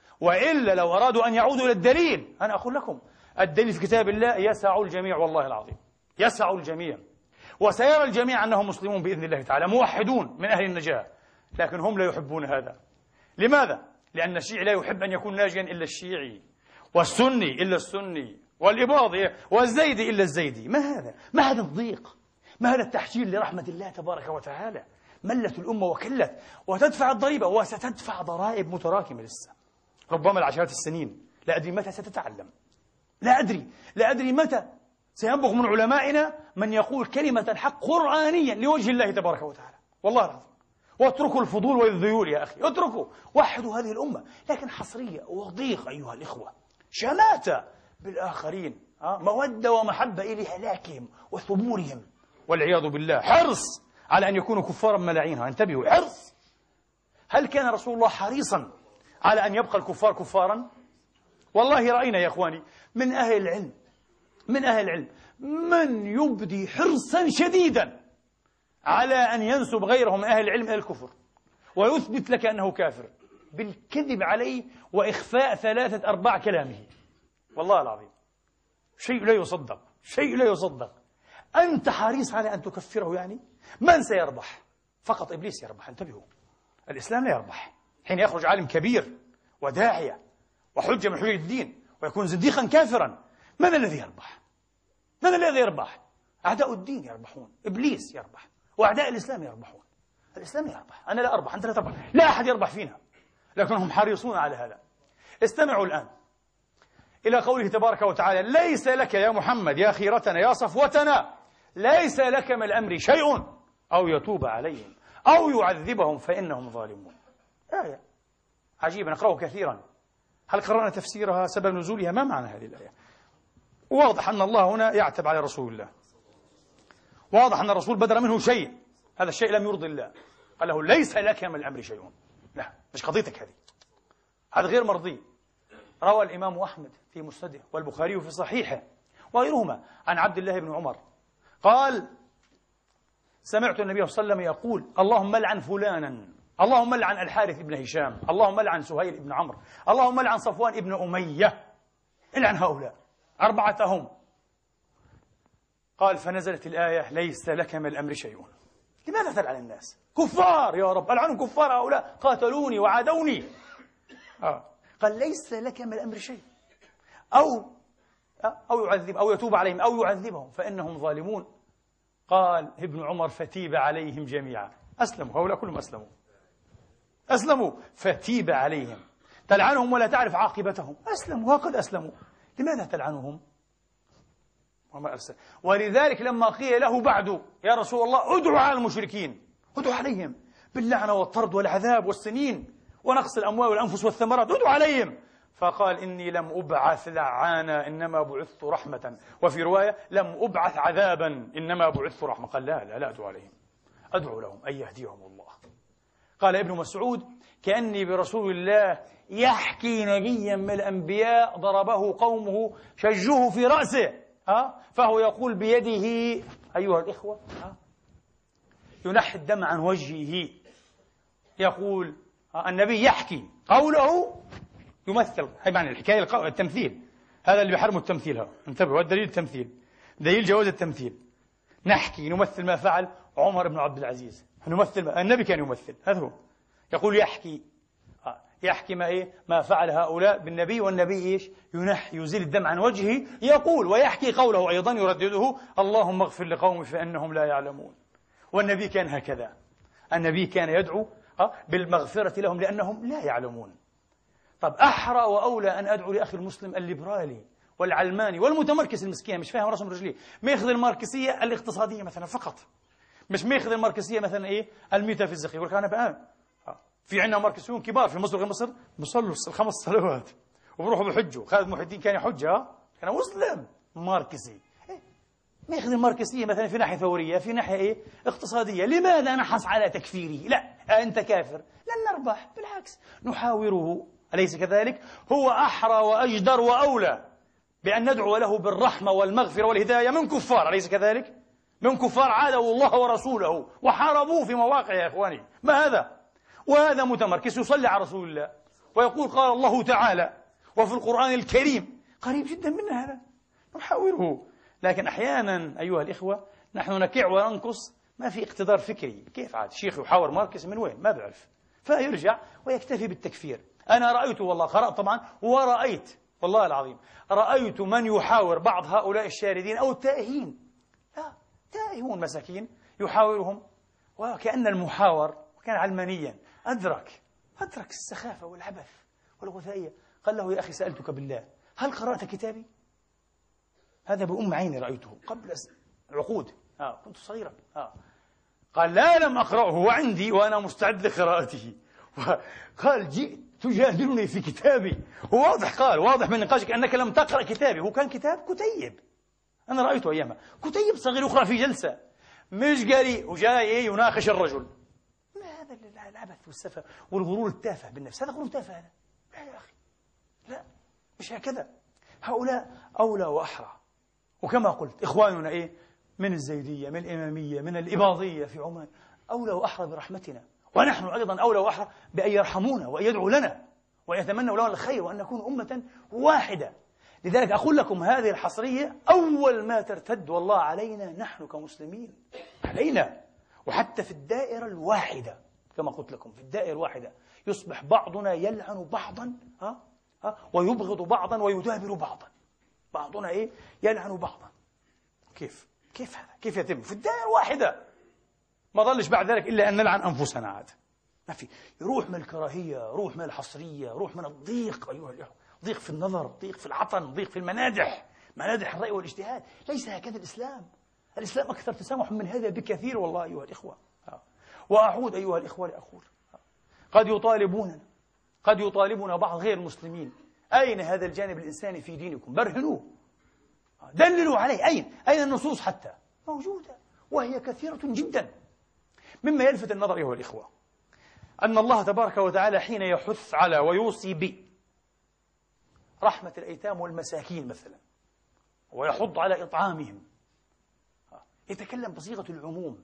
وإلا لو أرادوا أن يعودوا إلى الدليل، أنا أقول لكم الدليل في كتاب الله يسع الجميع، والله العظيم يسع الجميع، وسيرى الجميع أنهم مسلمون بإذن الله تعالى موحدون من أهل النجاة. لكن هم لا يحبون هذا. لماذا؟ لأن الشيعي لا يحب أن يكون ناجيا إلا الشيعي، والسني إلا السني، والإباضي والزيدي إلا الزيدي. ما هذا؟ ما هذا الضيق؟ ما هذا التحجير لرحمة الله تبارك وتعالى؟ ملت الأمة وكلت، وتدفع الضريبة، وستدفع ضرائب متراكمة لسه ربما العشرات السنين. لا أدري متى ستتعلم، لا أدري لا أدري متى سينبغ من علمائنا من يقول كلمة الحق قرآنيا لوجه الله تبارك وتعالى. والله العظيم. واتركوا الفضول والذيول يا أخي، اتركوا، وحدوا هذه الأمة. لكن حصرية وضيق أيها الإخوة، شماتة بالآخرين، مودة ومحبة إلى هلاكهم وثبورهم والعياذ بالله، حرص على أن يكونوا كفارا ملاعينها. انتبهوا، حرص. هل كان رسول الله حريصا على أن يبقى الكفار كفارا؟ والله رأينا يا إخواني من أهل العلم من أهل العلم من يبدي حرصا شديدا على أن ينسب غيره من أهل العلم إلى الكفر ويثبت لك أنه كافر بالكذب عليه وإخفاء ثلاثة أرباع كلامه. والله العظيم شيء لا يصدق، شيء لا يصدق. أنت حريص على أن تكفره يعني؟ من سيربح؟ فقط إبليس يربح. انتبهوا، الإسلام لا يربح. حين يخرج عالم كبير وداعية وحجة من حجج الدين ويكون زنديقا كافرا، من الذي يربح؟ من الذي يربح؟ أعداء الدين يربحون، إبليس يربح، وأعداء الإسلام يربحون. الإسلام يربح، أنا لا أربح، أنت لا تربح، لا أحد يربح فينا، لكنهم حريصون على هذا. استمعوا الآن إلى قوله تبارك وتعالى: ليس لك يا محمد يا خيرتنا يا صفوتنا، ليس لك من الأمر شيء أو يتوب عليهم أو يعذبهم فإنهم ظالمون. آية عجيبة نقرأه كثيرا. هل قرأنا تفسيرها؟ سبب نزولها؟ ما معنى هذه الآية؟ واضح أن الله هنا يعتب على رسول الله، واضح أن الرسول بدر منه شيء، هذا الشيء لم يرضي الله، قال له ليس لك من الأمر شيء. لا، مش قضيتك هذه، هذا غير مرضي. روى الإمام أحمد في مسنده والبخاري في صحيحه وغيرهما عن عبد الله بن عمر قال: سمعت النبي صلى الله عليه وسلم يقول: اللهم لعن فلانا، اللهم لعن الحارث بن هشام، اللهم لعن سهيل بن عمرو، اللهم لعن صفوان بن أمية، العن هؤلاء أربعة هم. قال: فنزلت الآية: ليس لك من الأمر شيء. لماذا تلعن الناس؟ كفار يا رب، ألعنهم كفار هؤلاء قاتلوني وعادوني. آه. قال: ليس لك من الأمر شيء أو أو يعذب أو يتوب عليهم أو يعذبهم فإنهم ظالمون. قال ابن عمر: فتيب عليهم جميعا. أسلموا هؤلاء كلهم، أسلموا أسلموا فتيب عليهم. تلعنهم ولا تعرف عاقبتهم، أسلموا وقد أسلموا، لماذا تلعنهم؟ وما أرسل. ولذلك لما قيل له بعد: يا رسول الله ادعو على المشركين، ادعو عليهم باللعنة والطرد والعذاب والسنين ونقص الأموال والأنفس والثمرات، ادعو عليهم. فقال: إني لم أبعث لعانا إنما بعثت رحمة، وفي رواية: لم أبعث عذابا إنما بعثت رحمة. قال: لا لا لا أدعو عليهم، أدعو لهم أن يهديهم الله. قال ابن مسعود: كأني برسول الله يحكي نبيا من الأنبياء ضربه قومه شجوه في رأسه، ها فهو يقول بيده أيها الإخوة ها ينحي الدم عن وجهه، يقول النبي يحكي قوله يمثل، هي معنى الحكاية التمثيل، هذا اللي بيحرمه التمثيل. ها انتبهوا، الدليل التمثيل، دليل جواز التمثيل. نحكي نمثل ما فعل عمر بن عبد العزيز، نمثل ما النبي كان يمثل، هذا هو. يقول يحكي يحكي ما إيه ما فعل هؤلاء بالنبي، والنبي إيش ينحي يزيل الدم عن وجهه، يقول ويحكي قوله أيضا يردده: اللهم اغفر لقومي فإنهم لا يعلمون. والنبي كان هكذا، النبي كان يدعو بالمغفرة لهم لأنهم لا يعلمون. طب أحرى وأولى أن أدعو لأخي المسلم الليبرالي والعلماني والمتمركز المسكين، مش فاهم رسم رجليه، ما ياخذ الماركسية الاقتصادية مثلا فقط، مش ما ياخذ الماركسية مثلا إيه الميتافيزيقية، يقول لك أنا بآمن. في عندنا ماركسيون كبار في مصر وغير مصر بيصلوا الخمس صلوات وبروحوا بحجوا. خالد محي الدين كان يحج، ها كان مسلم ماركسي. إيه؟ ما ياخذ الماركسية مثلا في ناحية ثورية، في ناحية إيه اقتصادية. لماذا نحص على تكفيره؟ لا أنت كافر، لن نربح، بالعكس نحاوره، أليس كذلك؟ هو أحرى وأجدر وأولى بأن ندعو له بالرحمة والمغفرة والهداية من كفار، أليس كذلك؟ من كفار عادوا الله ورسوله وحاربوه في مواقع يا إخواني. ما هذا؟ وهذا متمركز يصلي على رسول الله ويقول قال الله تعالى وفي القرآن الكريم، قريب جدا منا هذا، نحاوره. لكن أحيانا أيها الإخوة نحن نكع وننقص، ما في اقتدار فكري. كيف عاد شيخ يحاور ماركس من وين؟ ما بعرف، فيرجع ويكتفي بالتكفير. أنا رأيت والله، قرأت طبعا ورأيت والله العظيم، رأيت من يحاور بعض هؤلاء الشاردين أو التائهين، لا تائهون مساكين يحاورهم، وكأن المحاور كان علمانيا، أدرك أدرك السخافة والعبث والغثائية. قال له: يا أخي سألتك بالله هل قرأت كتابي؟ هذا بأم عيني رأيته قبل عقود، آه كنت صغيرا. آه. قال: لا لم أقرأه وعندي وأنا مستعد لقراءته. قال: جئت تجادلني في كتابي. هو واضح، قال واضح من نقاشك أنك لم تقرأ كتابي. هو كان كتاب كتيب، أنا رأيته أيامها، كتيب صغير يقرأ في جلسة، مش قاري وجاي يناقش الرجل. ما هذا العبث والسفه والغرور التافه بالنفس، هذا غرور تافه هذا. لا يا أخي، لا، مش هكذا. هؤلاء أولى وأحرى. وكما قلت إخواننا إيه من الزيدية، من الإمامية، من الإباضية في عمان، أولى وأحرى برحمتنا، ونحن أيضا أولى وأحرى بأن يرحمونا وأن يدعوا لنا ويتمنوا لنا الخير وأن نكون أمة واحدة. لذلك أقول لكم هذه الحصرية أول ما ترتد والله علينا نحن كمسلمين، علينا. وحتى في الدائرة الواحدة كما قلت لكم، في الدائرة الواحدة يصبح بعضنا يلعن بعضا ها ها ويبغض بعضا ويدابر بعضا، بعضنا إيه يلعن بعضا. كيف كيف هذا؟ كيف يتم في الدائرة الواحدة؟ ما ظلش بعد ذلك إلا أن نلعن أنفسنا عاد. ما في، يروح من الكراهية، روح من الحصرية، روح من الضيق أيها الأخوة، ضيق في النظر، ضيق في العطن، ضيق في المنادح، منادح الرأي والاجتهاد. ليس هكذا الإسلام. الإسلام أكثر تسامح من هذا بكثير والله أيها الإخوة. وأعود أيها الإخوة لأقول، قد يطالبوننا قد يطالبنا بعض غير المسلمين: أين هذا الجانب الإنساني في دينكم؟ برهنوه، دللوا عليه. أين أين النصوص؟ حتى موجودة وهي كثيرة جدا. مما يلفت النظر أيها الإخوة أن الله تبارك وتعالى حين يحث على ويوصي برحمة الأيتام والمساكين مثلا ويحض على إطعامهم، يتكلم بصيغة العموم،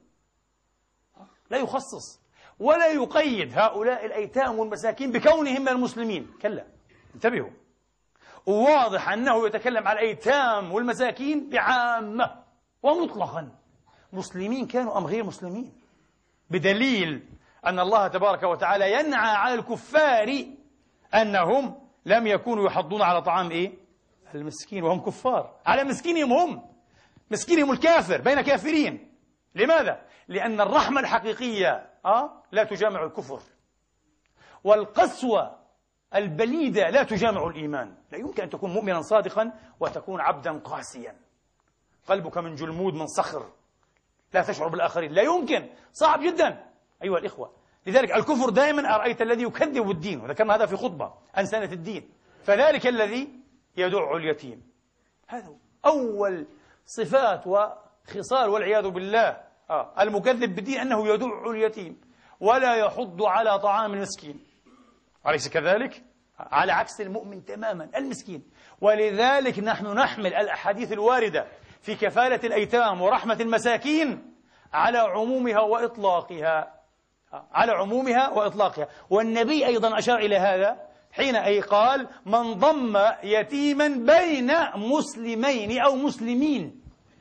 لا يخصص ولا يقيد هؤلاء الأيتام والمساكين بكونهم من المسلمين، كلا، انتبهوا. وواضح أنه يتكلم على الأيتام والمساكين بعامة ومطلقا، مسلمين كانوا أم غير مسلمين، بدليل أن الله تبارك وتعالى ينعى على الكفار أنهم لم يكونوا يحضون على طعام إيه؟ المسكين وهم كفار، على مسكينهم هم، مسكينهم الكافر بين كافرين. لماذا؟ لأن الرحمة الحقيقية آه؟ لا تجامع الكفر، والقسوة البليدة لا تجامع الإيمان. لا يمكن أن تكون مؤمنا صادقا وتكون عبدا قاسيا، قلبك من جلمود من صخر، لا تشعر بالآخرين، لا يمكن، صعب جدا أيها الإخوة. لذلك الكفر دائما أرأيت الذي يكذب الدين، وذكرنا هذا في خطبة عن سنة الدين، فذلك الذي يدع اليتيم. هذا أول صفات وخصال والعياذ بالله آه. المكذب بالدين أنه يدع اليتيم. ولا يحض على طعام المسكين، أليس كذلك؟ على عكس المؤمن تماما المسكين. ولذلك نحن نحمل الأحاديث الواردة في كفالة الأيتام ورحمة المساكين على عمومها وإطلاقها، على عمومها وإطلاقها. والنبي أيضا أشار إلى هذا حين أي قال: من ضم يتيما بين مسلمين أو مسلمين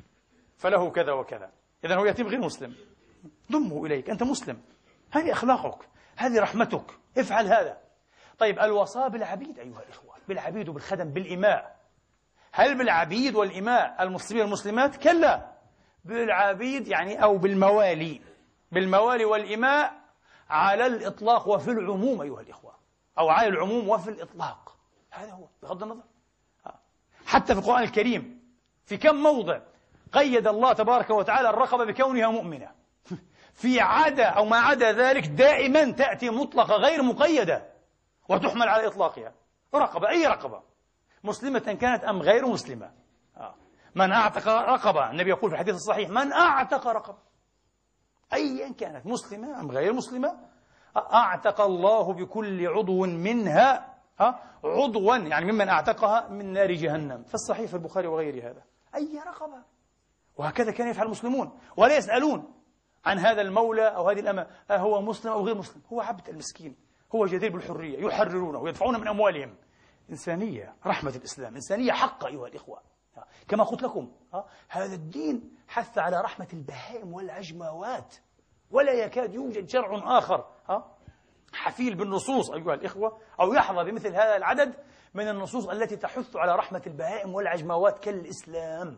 فله كذا وكذا. إذن هو يتيم غير مسلم، ضمه إليك، أنت مسلم، هذه أخلاقك، هذه رحمتك، افعل هذا. طيب الوصاة بالعبيد أيها الإخوة، بالعبيد وبالخدم، بالإماء. هل بالعبيد والإماء المسلمين والمسلمات؟ كلا، بالعبيد يعني أو بالموالي، بالموالي والإماء على الإطلاق وفي العموم أيها الإخوة، أو على العموم وفي الإطلاق، هذا هو بغض النظر. حتى في القرآن الكريم في كم موضع قيد الله تبارك وتعالى الرقبة بكونها مؤمنة، في عدا أو ما عدا ذلك دائما تأتي مطلقة غير مقيدة وتحمل على إطلاقها. رقبة، أي رقبة، مسلمة كانت أم غير مسلمة. من أعتق رقبة، النبي يقول في الحديث الصحيح: من أعتق رقبة أيا كانت، مسلمة أم غير مسلمة، أعتق الله بكل عضو منها عضوا، يعني ممن أعتقها، من نار جهنم. في الصحيح في البخاري وغير هذا، أي رقبة. وهكذا كان يفعل المسلمون، ولا يسألون عن هذا المولى أو هذه الأمة هو مسلم أو غير مسلم، هو عبد المسكين، هو جدير بالحرية، يحررونه ويدفعون من أموالهم. إنسانية، رحمة الإسلام، إنسانية حقة أيها الإخوة. كما قلت لكم، هذا الدين حث على رحمة البهائم والعجموات، ولا يكاد يوجد شرع آخر حفيل بالنصوص أيها الإخوة، أو يحظى بمثل هذا العدد من النصوص التي تحث على رحمة البهائم والعجموات كالإسلام.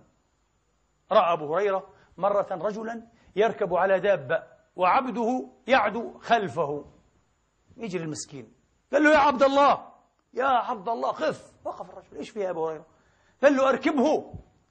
رأى أبو هريرة مرة رجلا يركب على دابة وعبده يعدو خلفه، يجري المسكين، قال له: يا عبد الله، يا عبد الله خف. وقف الرجل: إيش فيها أبو هريرة؟ قال له: أركبه،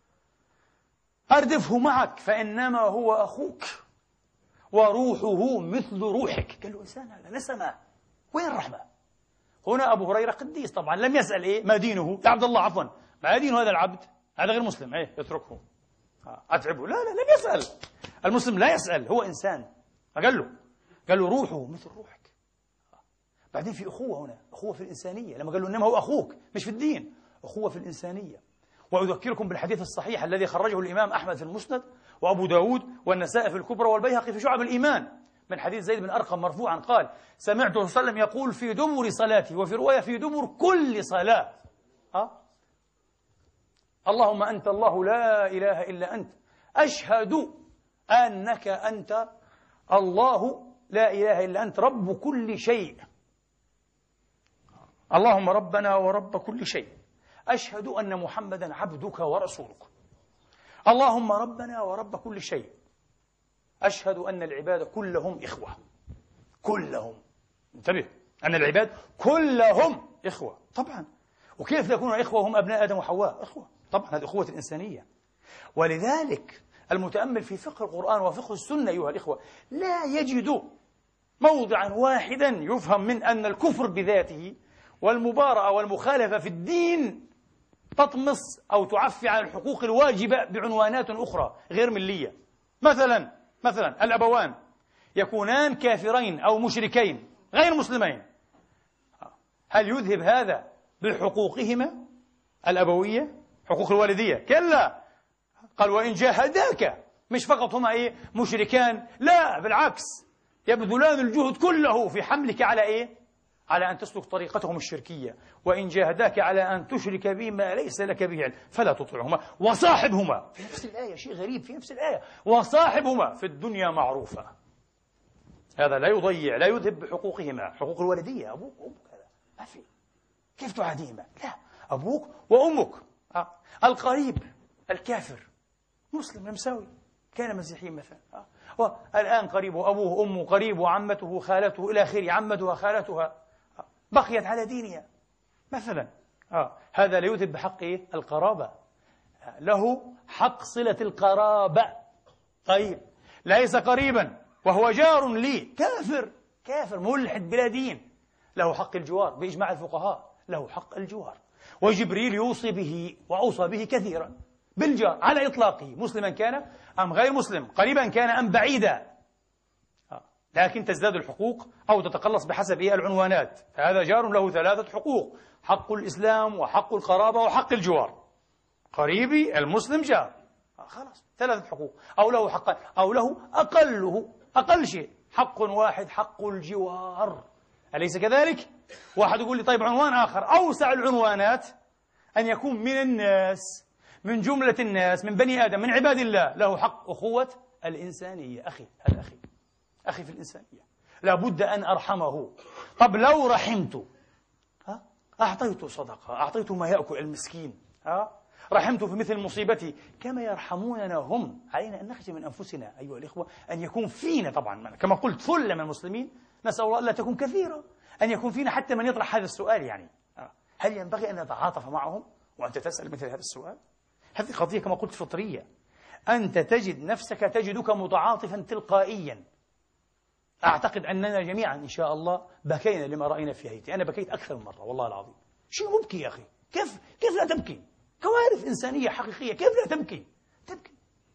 أردفه معك، فإنما هو أخوك وروحه مثل روحك. قال له: إنسان هذا نسمة، وين الرحمة؟ هنا أبو هريرة قديس طبعا، لم يسأل إيه ما دينه، يا عبد الله عفوا ما دين هذا العبد، هذا غير مسلم، إيه اتركه، أتعبه. لا لا، لم يسأل. المسلم لا يسأل، هو إنسان. فقال له قال له روحه مثل روحك. بعدين في أخوة هنا، أخوة في الإنسانية، لما قال له إنما هو أخوك، مش في الدين، أخوة في الإنسانية. وأذكركم بالحديث الصحيح الذي خرجه الإمام أحمد في المسند، وأبو داود والنسائي في الكبرى، والبيهقي في شعب الإيمان، من حديث زيد بن أرقم مرفوعا قال: سمعت صلى الله عليه وسلم يقول في دبر صلاتي، وفي رواية في دبر كل صلاة: أه؟ اللهم أنت الله لا إله إلا أنت، أشهد أنك أنت الله لا إله إلا أنت رب كل شيء، اللهم ربنا ورب كل شيء، أشهد أن محمدا عبدك ورسولك، اللهم ربنا ورب كل شيء، أشهد أن العباد كلهم إخوة. كلهم، انتبه، أن العباد كلهم إخوة طبعا. وكيف يكونون إخوة وهم أبناء آدم وحواء؟ إخوة طبعا، هذه أخوة الإنسانية. ولذلك المتأمل في فقه القرآن وفقه السنة أيها الإخوة لا يجد موضعا واحدا يفهم من أن الكفر بذاته والمبارأة والمخالفة في الدين تطمس أو تعفي عن الحقوق الواجبة بعنوانات أخرى غير ملية. مثلا مثلا الأبوان يكونان كافرين أو مشركين غير مسلمين، هل يذهب هذا بحقوقهما الأبوية، حقوق الوالدية؟ كلا. قال: وإن جاهداك، مش فقط هما إيه مشركان، لا بالعكس، يبذلان الجهد كله في حملك على إيه؟ على أن تسلك طريقتهم الشركية. وإن جاهداك على أن تشرك بما ليس لك به علم فلا تطعهما وصاحبهما، في نفس الآية، شيء غريب، في نفس الآية، وصاحبهما في الدنيا معروفة. هذا لا يضيع، لا يذهب بحقوقهما، حقوق الوالدية، أبوك وأمك، هذا ما في، كيف تعاديهما؟ لا، أبوك وأمك. آه. القريب الكافر، مسلم المساوي، كان مسيحيا مثلا، آه. والآن قريب أبوه أمه، قريب وعمته خالته إلى آخره، عمتها خالتها، آه. بقيت على دينها مثلا. آه. هذا لا يذهب بحق إيه؟ القرابة، آه. له حق صلة القرابة. طيب ليس قريبا وهو جار لي، كافر، كافر ملحد بلا دين، له حق الجوار بإجماع الفقهاء، له حق الجوار. وجبريل يوصي به وأوصى به كثيرا بالجار على إطلاقه، مسلما كان أم غير مسلم، قريبا كان أم بعيدا. لكن تزداد الحقوق أو تتقلص بحسب إيه العنوانات. هذا جار له ثلاثة حقوق: حق الإسلام وحق القرابة وحق الجوار. قريبي المسلم جار، خلاص ثلاثة حقوق. أو له حقا، أو له أقله أقل شيء حق واحد: حق الجوار. أليس كذلك؟ واحد يقول لي طيب عنوان آخر، أوسع العنوانات أن يكون من الناس، من جملة الناس، من بني آدم، من عباد الله، له حق أخوة الإنسانية. أخي، هذا أخي، أخي في الإنسانية، لابد أن أرحمه. طب لو رحمت، ها؟ أعطيته صدقة، أعطيته ما يأكل المسكين، ها؟ رحمته في مثل مصيبتي كما يرحموننا هم. علينا أن نخشى من أنفسنا أيها الإخوة أن يكون فينا، طبعا كما قلت ثلة من المسلمين، نسأل الله ألا تكون كثيرة، أن يكون فينا حتى من يطرح هذا السؤال، يعني هل ينبغي أن نتعاطف معهم وأنت تسأل مثل هذا السؤال؟ هذه قضية كما قلت فطرية. أنت تجد نفسك تجدك متعاطفا تلقائيا. أعتقد أننا جميعا إن شاء الله بكينا لما رأينا في هايتي. أنا بكيت أكثر من مرة والله العظيم. شيء مبكي يا أخي. كيف كيف لا تبكي؟ كوارث إنسانية حقيقية، كيف لا تبكي؟ تبكي.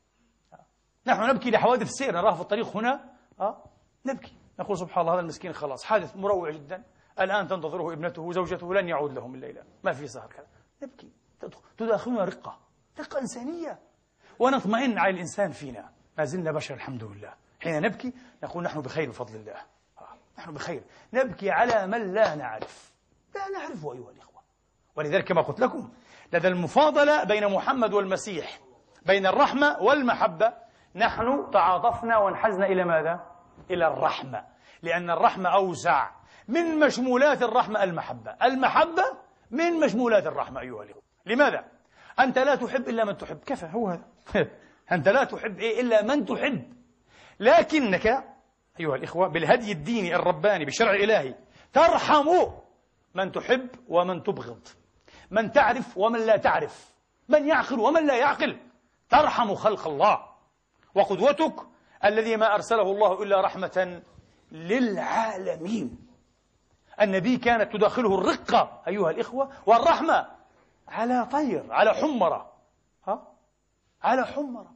نحن نبكي لحوادث السير نراها في الطريق هنا، أه؟ نبكي نقول سبحان الله هذا المسكين خلاص حادث مروع جدا، الآن تنتظره ابنته وزوجته لن يعود لهم الليلة، ما في سهر كذا. نبكي، تداخلنا رقة، رقة إنسانية، ونطمئن على الإنسان فينا. ما زلنا بشر الحمد لله. حين نبكي نقول نحن بخير بفضل الله، آه. نحن بخير. نبكي على من لا نعرف، لا نعرفه أيها الإخوة. ولذلك كما قلت لكم لدى المفاضلة بين محمد والمسيح، بين الرحمة والمحبة، نحن تعاطفنا وانحزنا إلى ماذا؟ إلى الرحمة، لأن الرحمة أوسع. من مشمولات الرحمة المحبة، المحبة من مشمولات الرحمة أيها الإخوة. لماذا؟ أنت لا تحب إلا من تحب، كفى هو هذا. أنت لا تحب إيه إلا من تحب، لكنك أيها الإخوة بالهدي الديني الرباني بالشرع الإلهي ترحم من تحب ومن تبغض، من تعرف ومن لا تعرف، من يعقل ومن لا يعقل. ترحم خلق الله. وقدوتك الذي ما أرسله الله إلا رحمة للعالمين. النبي كانت تداخله الرقة أيها الإخوة والرحمة على طير، على حمرة، ها؟ على حمرة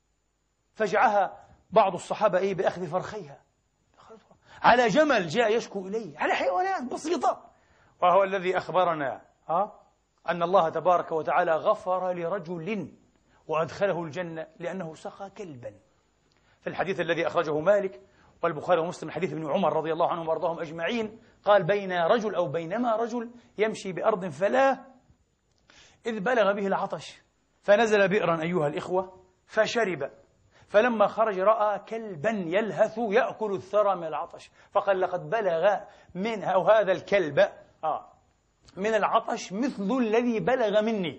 فجعها بعض الصحابة إيه بأخذ فرخيها، على جمل جاء يشكو إليه، على حيوانات بسيطة. وهو الذي أخبرنا ها أن الله تبارك وتعالى غفر لرجل وأدخله الجنة لأنه سقى كلبا. في الحديث الذي أخرجه مالك والبخاري ومسلم، حديث ابن عمر رضي الله عنهم وارضاهم أجمعين، قال بين رجل أو بينما رجل يمشي بأرض فلاة إذ بلغ به العطش فنزل بئرا أيها الإخوة فشرب، فلما خرج رأى كلبا يلهث يأكل الثرى من العطش، فقال لقد بلغ من أو هذا الكلب آه من العطش مثل الذي بلغ مني.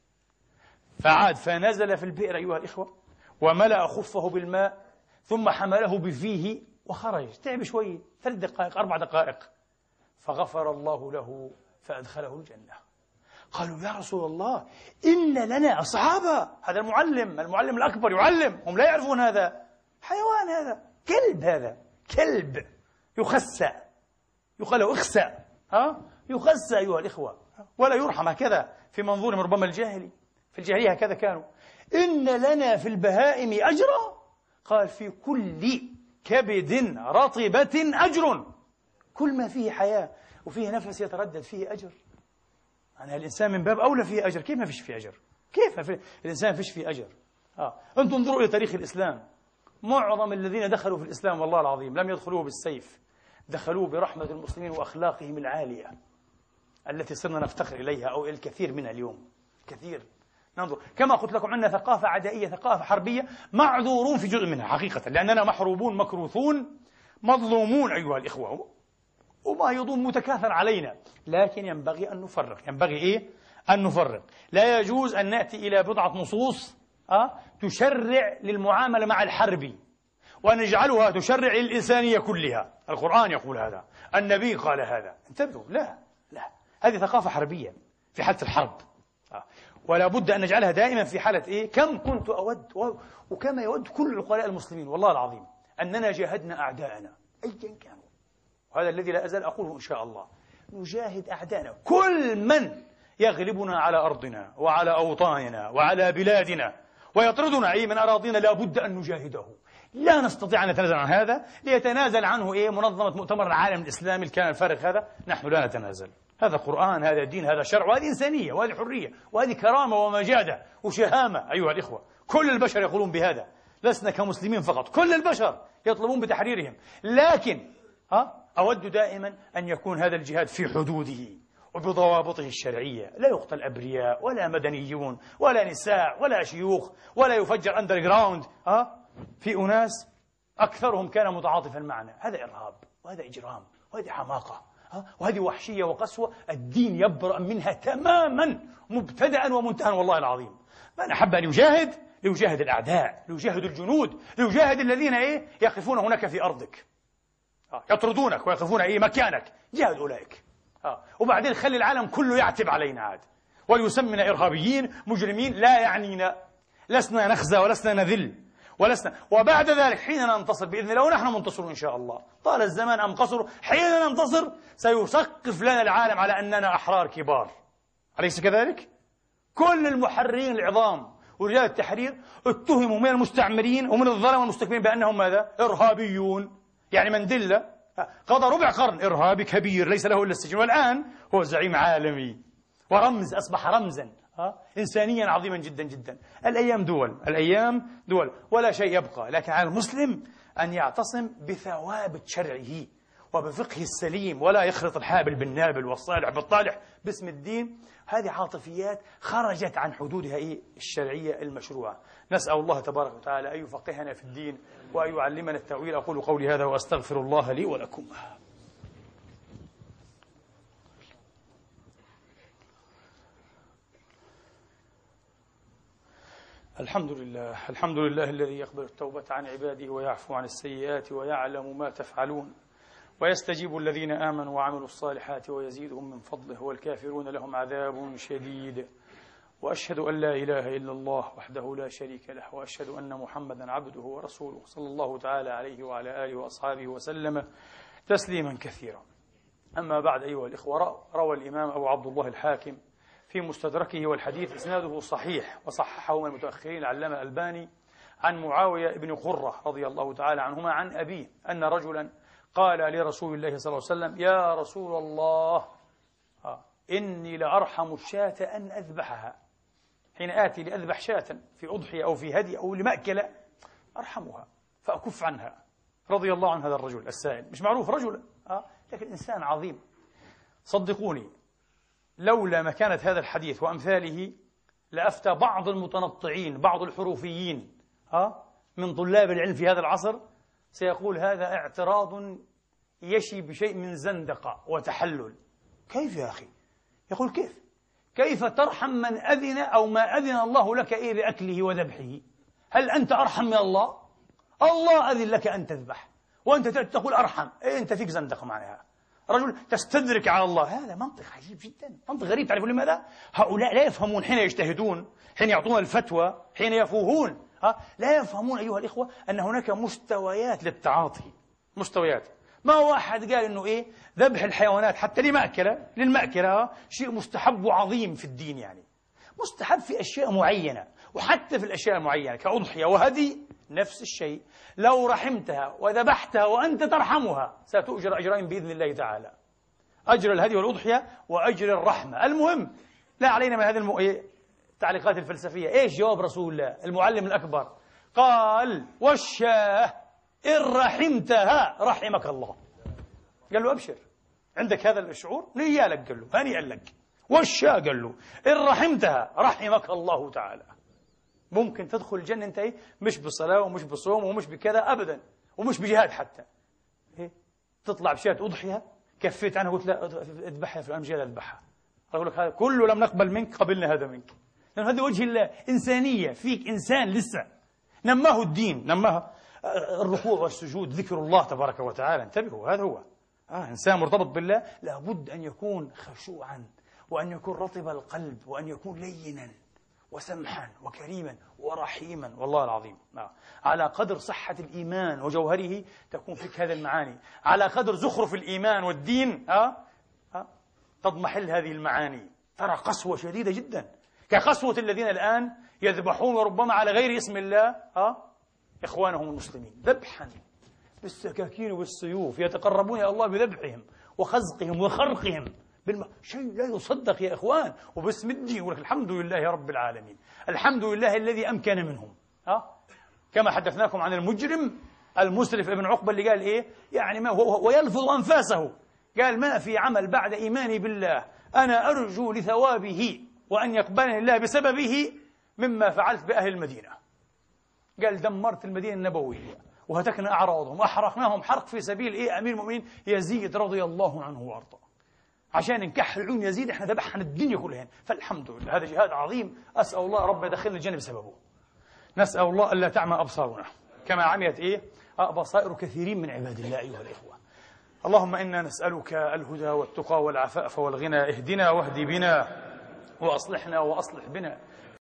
فعاد فنزل في البئر أيها الإخوة وملأ خفه بالماء ثم حمله بفيه وخرج. تعب شوي، ثلاث دقائق أربع دقائق، فغفر الله له فأدخله الجنة. قالوا يا رسول الله إن لنا أصحابا، هذا المعلم المعلم الأكبر يعلم، هم لا يعرفون هذا حيوان، هذا كلب، هذا كلب يخسى، يقال له اخسى، ها يخسى أيها الإخوة ولا يرحم. هكذا في منظورهم ربما الجاهلي، في الجاهلية هكذا كانوا. إن لنا في البهائم أجرا، قال في كل كبد رطبة أجر، كل ما فيه حياة وفيه نفس يتردد فيه أجر. يعني الإنسان من باب أولى فيه أجر. كيف ما فيش فيه أجر؟ كيف ما في الإنسان ما فيش فيه أجر؟ آه. أنتم انظروا إلى تاريخ الإسلام، معظم الذين دخلوا في الإسلام والله العظيم لم يدخلوه بالسيف، دخلوه برحمة المسلمين وأخلاقهم العالية التي صرنا نفتخر إليها أو الكثير منها اليوم. كثير ننظر كما قلت لكم عندنا ثقافة عدائية، ثقافة حربية، معذورون في جزء منها حقيقة، لأننا محروبون مكروثون مظلومون أيها الإخوة، وما يضم متكاثر علينا. لكن ينبغي أن نفرق، ينبغي إيه؟ أن نفرق. لا يجوز أن نأتي إلى بضعة نصوص أه؟ تشرع للمعاملة مع الحرب ونجعلها تشرع للإنسانية كلها. القرآن يقول هذا، النبي قال هذا، انتبهوا، لا لا، هذه ثقافة حربية في حالة الحرب، أه؟ ولا بد أن نجعلها دائما في حالة إيه؟ كم كنت أود و... وكما يود كل عقلاء المسلمين والله العظيم أننا جاهدنا أعداءنا أيا كانوا، وهذا الذي لا أزال أقوله إن شاء الله، نجاهد أعداءنا، كل من يغلبنا على أرضنا وعلى أوطاننا وعلى بلادنا ويطردنا أي من أراضينا لا بد أن نجاهده، لا نستطيع أن نتنازل عن هذا. ليتنازل عنه إيه؟ منظمة مؤتمر العالم الإسلامي الكيان الفارغ هذا. نحن لا نتنازل. هذا قرآن، هذا دين، هذا شرع، وهذه إنسانية، وهذه حرية، وهذه كرامة ومجادة وشهامة أيها الإخوة. كل البشر يقولون بهذا، لسنا كمسلمين فقط، كل البشر يطلبون بتحريرهم. لكن ها أود دائما أن يكون هذا الجهاد في حدوده وبضوابطه الشرعية. لا يقتل أبرياء ولا مدنيون ولا نساء ولا شيوخ، ولا يفجر أندر جراوند ها في أناس أكثرهم كان متعاطفا معنا. هذا إرهاب، وهذا إجرام، وهذه حماقة، ها؟ وهذه وحشية وقسوة. الدين يبرأ منها تماما مبتدأ ومنتهى. والله العظيم من أحب أن يجاهد ليجاهد الأعداء، ليجاهد الجنود، ليجاهد الذين إيه يقفون هناك في أرضك، ها؟ يطردونك ويقفون إيه مكانك. جاهد أولئك، ها؟ وبعدين خلي العالم كله يعتب علينا عاد وليسمنا إرهابيين مجرمين. لا يعنينا، لسنا نخزى ولسنا نذل ولسنا. وبعد ذلك حين ننتصر بإذن الله، ونحن منتصرون إن شاء الله، طال الزمان أم قصر، حين ننتصر سيسقف لنا العالم على أننا أحرار كبار. أليس كذلك؟ كل المحررين العظام ورجال التحرير اتهموا من المستعمرين ومن الظلمة والمستكبرين بأنهم ماذا؟ إرهابيون. يعني مانديلا قضى ربع قرن إرهابي كبير ليس له إلا السجن، والآن هو زعيم عالمي ورمز، أصبح رمزا ها؟ إنسانيا عظيما جدا جدا. الأيام دول، الأيام دول، ولا شيء يبقى. لكن على المسلم أن يعتصم بثوابت شرعه وبفقه السليم، ولا يخلط الحابل بالنابل والصالح بالطالح باسم الدين. هذه عاطفيات خرجت عن حدودها إيه؟ الشرعية المشروعة. نسأل الله تبارك وتعالى أن يفقهنا في الدين وأن يعلمنا التأويل. أقول قولي هذا وأستغفر الله لي ولكم. الحمد لله، الحمد لله الذي يقبل التوبة عن عباده ويعفو عن السيئات ويعلم ما تفعلون، ويستجيب الذين آمنوا وعملوا الصالحات ويزيدهم من فضله، والكافرون لهم عذاب شديد. وأشهد أن لا إله إلا الله وحده لا شريك له، وأشهد أن محمدا عبده ورسوله صلى الله تعالى عليه وعلى آله وأصحابه وسلم تسليما كثيرا. أما بعد أيها الإخوة، روى الإمام أبو عبد الله الحاكم في مستدركه، والحديث إسناده صحيح وصححه من المتأخرين العلامة الألباني، عن معاوية بن قرة رضي الله تعالى عنهما عن أبيه أن رجلا قال لرسول الله صلى الله عليه وسلم: يا رسول الله، إني لأرحم الشاة أن أذبحها. حين آتي لأذبح شاة في أضحية أو في هدي أو لمأكلة أرحمها فأكف عنها. رضي الله عن هذا الرجل السائل، مش معروف رجل آه لكن إنسان عظيم. صدقوني لولا مكانة هذا الحديث وأمثاله لأفتى بعض المتنطعين، بعض الحروفيين آه من طلاب العلم في هذا العصر، سيقول هذا اعتراض يشي بشيء من زندقة وتحلل. كيف يا أخي؟ يقول كيف؟ كيف ترحم من أذن أو ما أذن الله لك إيه بأكله وذبحه؟ هل أنت أرحم من الله؟ الله أذن لك أن تذبح وأنت تقول أرحم. إيه أنت فيك زندقة معناها. رجل تستدرك على الله. هذا منطق عجيب جدا، منطق غريب. تعرفون لماذا؟ هؤلاء لا يفهمون حين يجتهدون، حين يعطون الفتوى، حين يفوهون ها؟ لا يفهمون أيها الإخوة أن هناك مستويات للتعاطي. مستويات. ما هو واحد قال إنه إيه ذبح الحيوانات حتى لمأكلة للمأكلة شيء مستحب وعظيم في الدين، يعني مستحب في أشياء معينة، وحتى في الأشياء المعينة كأضحية وهدي نفس الشيء. لو رحمتها وذبحتها وأنت ترحمها ستؤجر أجرين بإذن الله تعالى، أجر الهدي والأضحية وأجر الرحمة. المهم لا علينا من هذه الم... التعليقات الفلسفية. إيش جواب رسول الله المعلم الأكبر؟ قال: والشاه إن رحمتها رحمك الله. قال له: أبشر، عندك هذا الشعور؟ ليالك. قال له: هنيئا لك. والشاه قال له: إن رحمتها رحمك الله تعالى. ممكن تدخل الجنة أنت إيه؟ مش بصلاة ومش بصوم ومش بكذا أبدا ومش بجهاد حتى. إيه؟ تطلع بشاة أضحية كفيت عنها قلت لا اذبحها في الأمجاد اذبحها. أقول لك هذا كله لم نقبل منك، قبلنا هذا منك، لأن هذا وجه الله. إنسانية فيك، إنسان لسه نماه الدين، نماه الركوع والسجود، ذكر الله تبارك وتعالى. انتبهوا، هذا هو آه إنسان مرتبط بالله لابد أن يكون خشوعا، وأن يكون رطب القلب، وأن يكون لينا وسمحا وكريما ورحيما. والله العظيم آه. على قدر صحة الإيمان وجوهره تكون فيك هذه المعاني، على قدر زخرف الإيمان والدين آه. آه. تضمحل هذه المعاني. ترى قسوة شديدة جدا، كقسوة الذين الآن يذبحون وربما على غير اسم الله آه. إخوانهم المسلمين ذبحا بالسكاكين والسيوف، يتقربون إلى الله بذبحهم وخزقهم وخرقهم بالم... شيء لا يصدق يا إخوان. وباسم الدين يقول لك الحمد لله رب العالمين، الحمد لله الذي أمكن منهم. ها؟ كما حدثناكم عن المجرم المسرف ابن عقبة اللي قال إيه يعني ما هو ويلفظ أنفاسه، قال ما في عمل بعد إيماني بالله أنا أرجو لثوابه وأن يقبلني الله بسببه مما فعلت بأهل المدينة. قال دمرت المدينة النبوية وهتكنا أعراضهم وأحرقناهم حرق في سبيل إيه أمير المؤمنين يزيد رضي الله عنه وأرضاه، عشان نكحل عيون يزيد احنا ذبحنا الدنيا كلها. فالحمد لله هذا جهاد عظيم، أسأل الله رب يدخلنا الجنة بسببه. نسأل الله ألا تعمى أبصارنا كما عميت إيه بصائر كثيرين من عباد الله. أيها الإخوة، اللهم إنا نسألك الهدى والتقى والعفاف والغنى، اهدنا واهد بنا وأصلحنا وأصلح بنا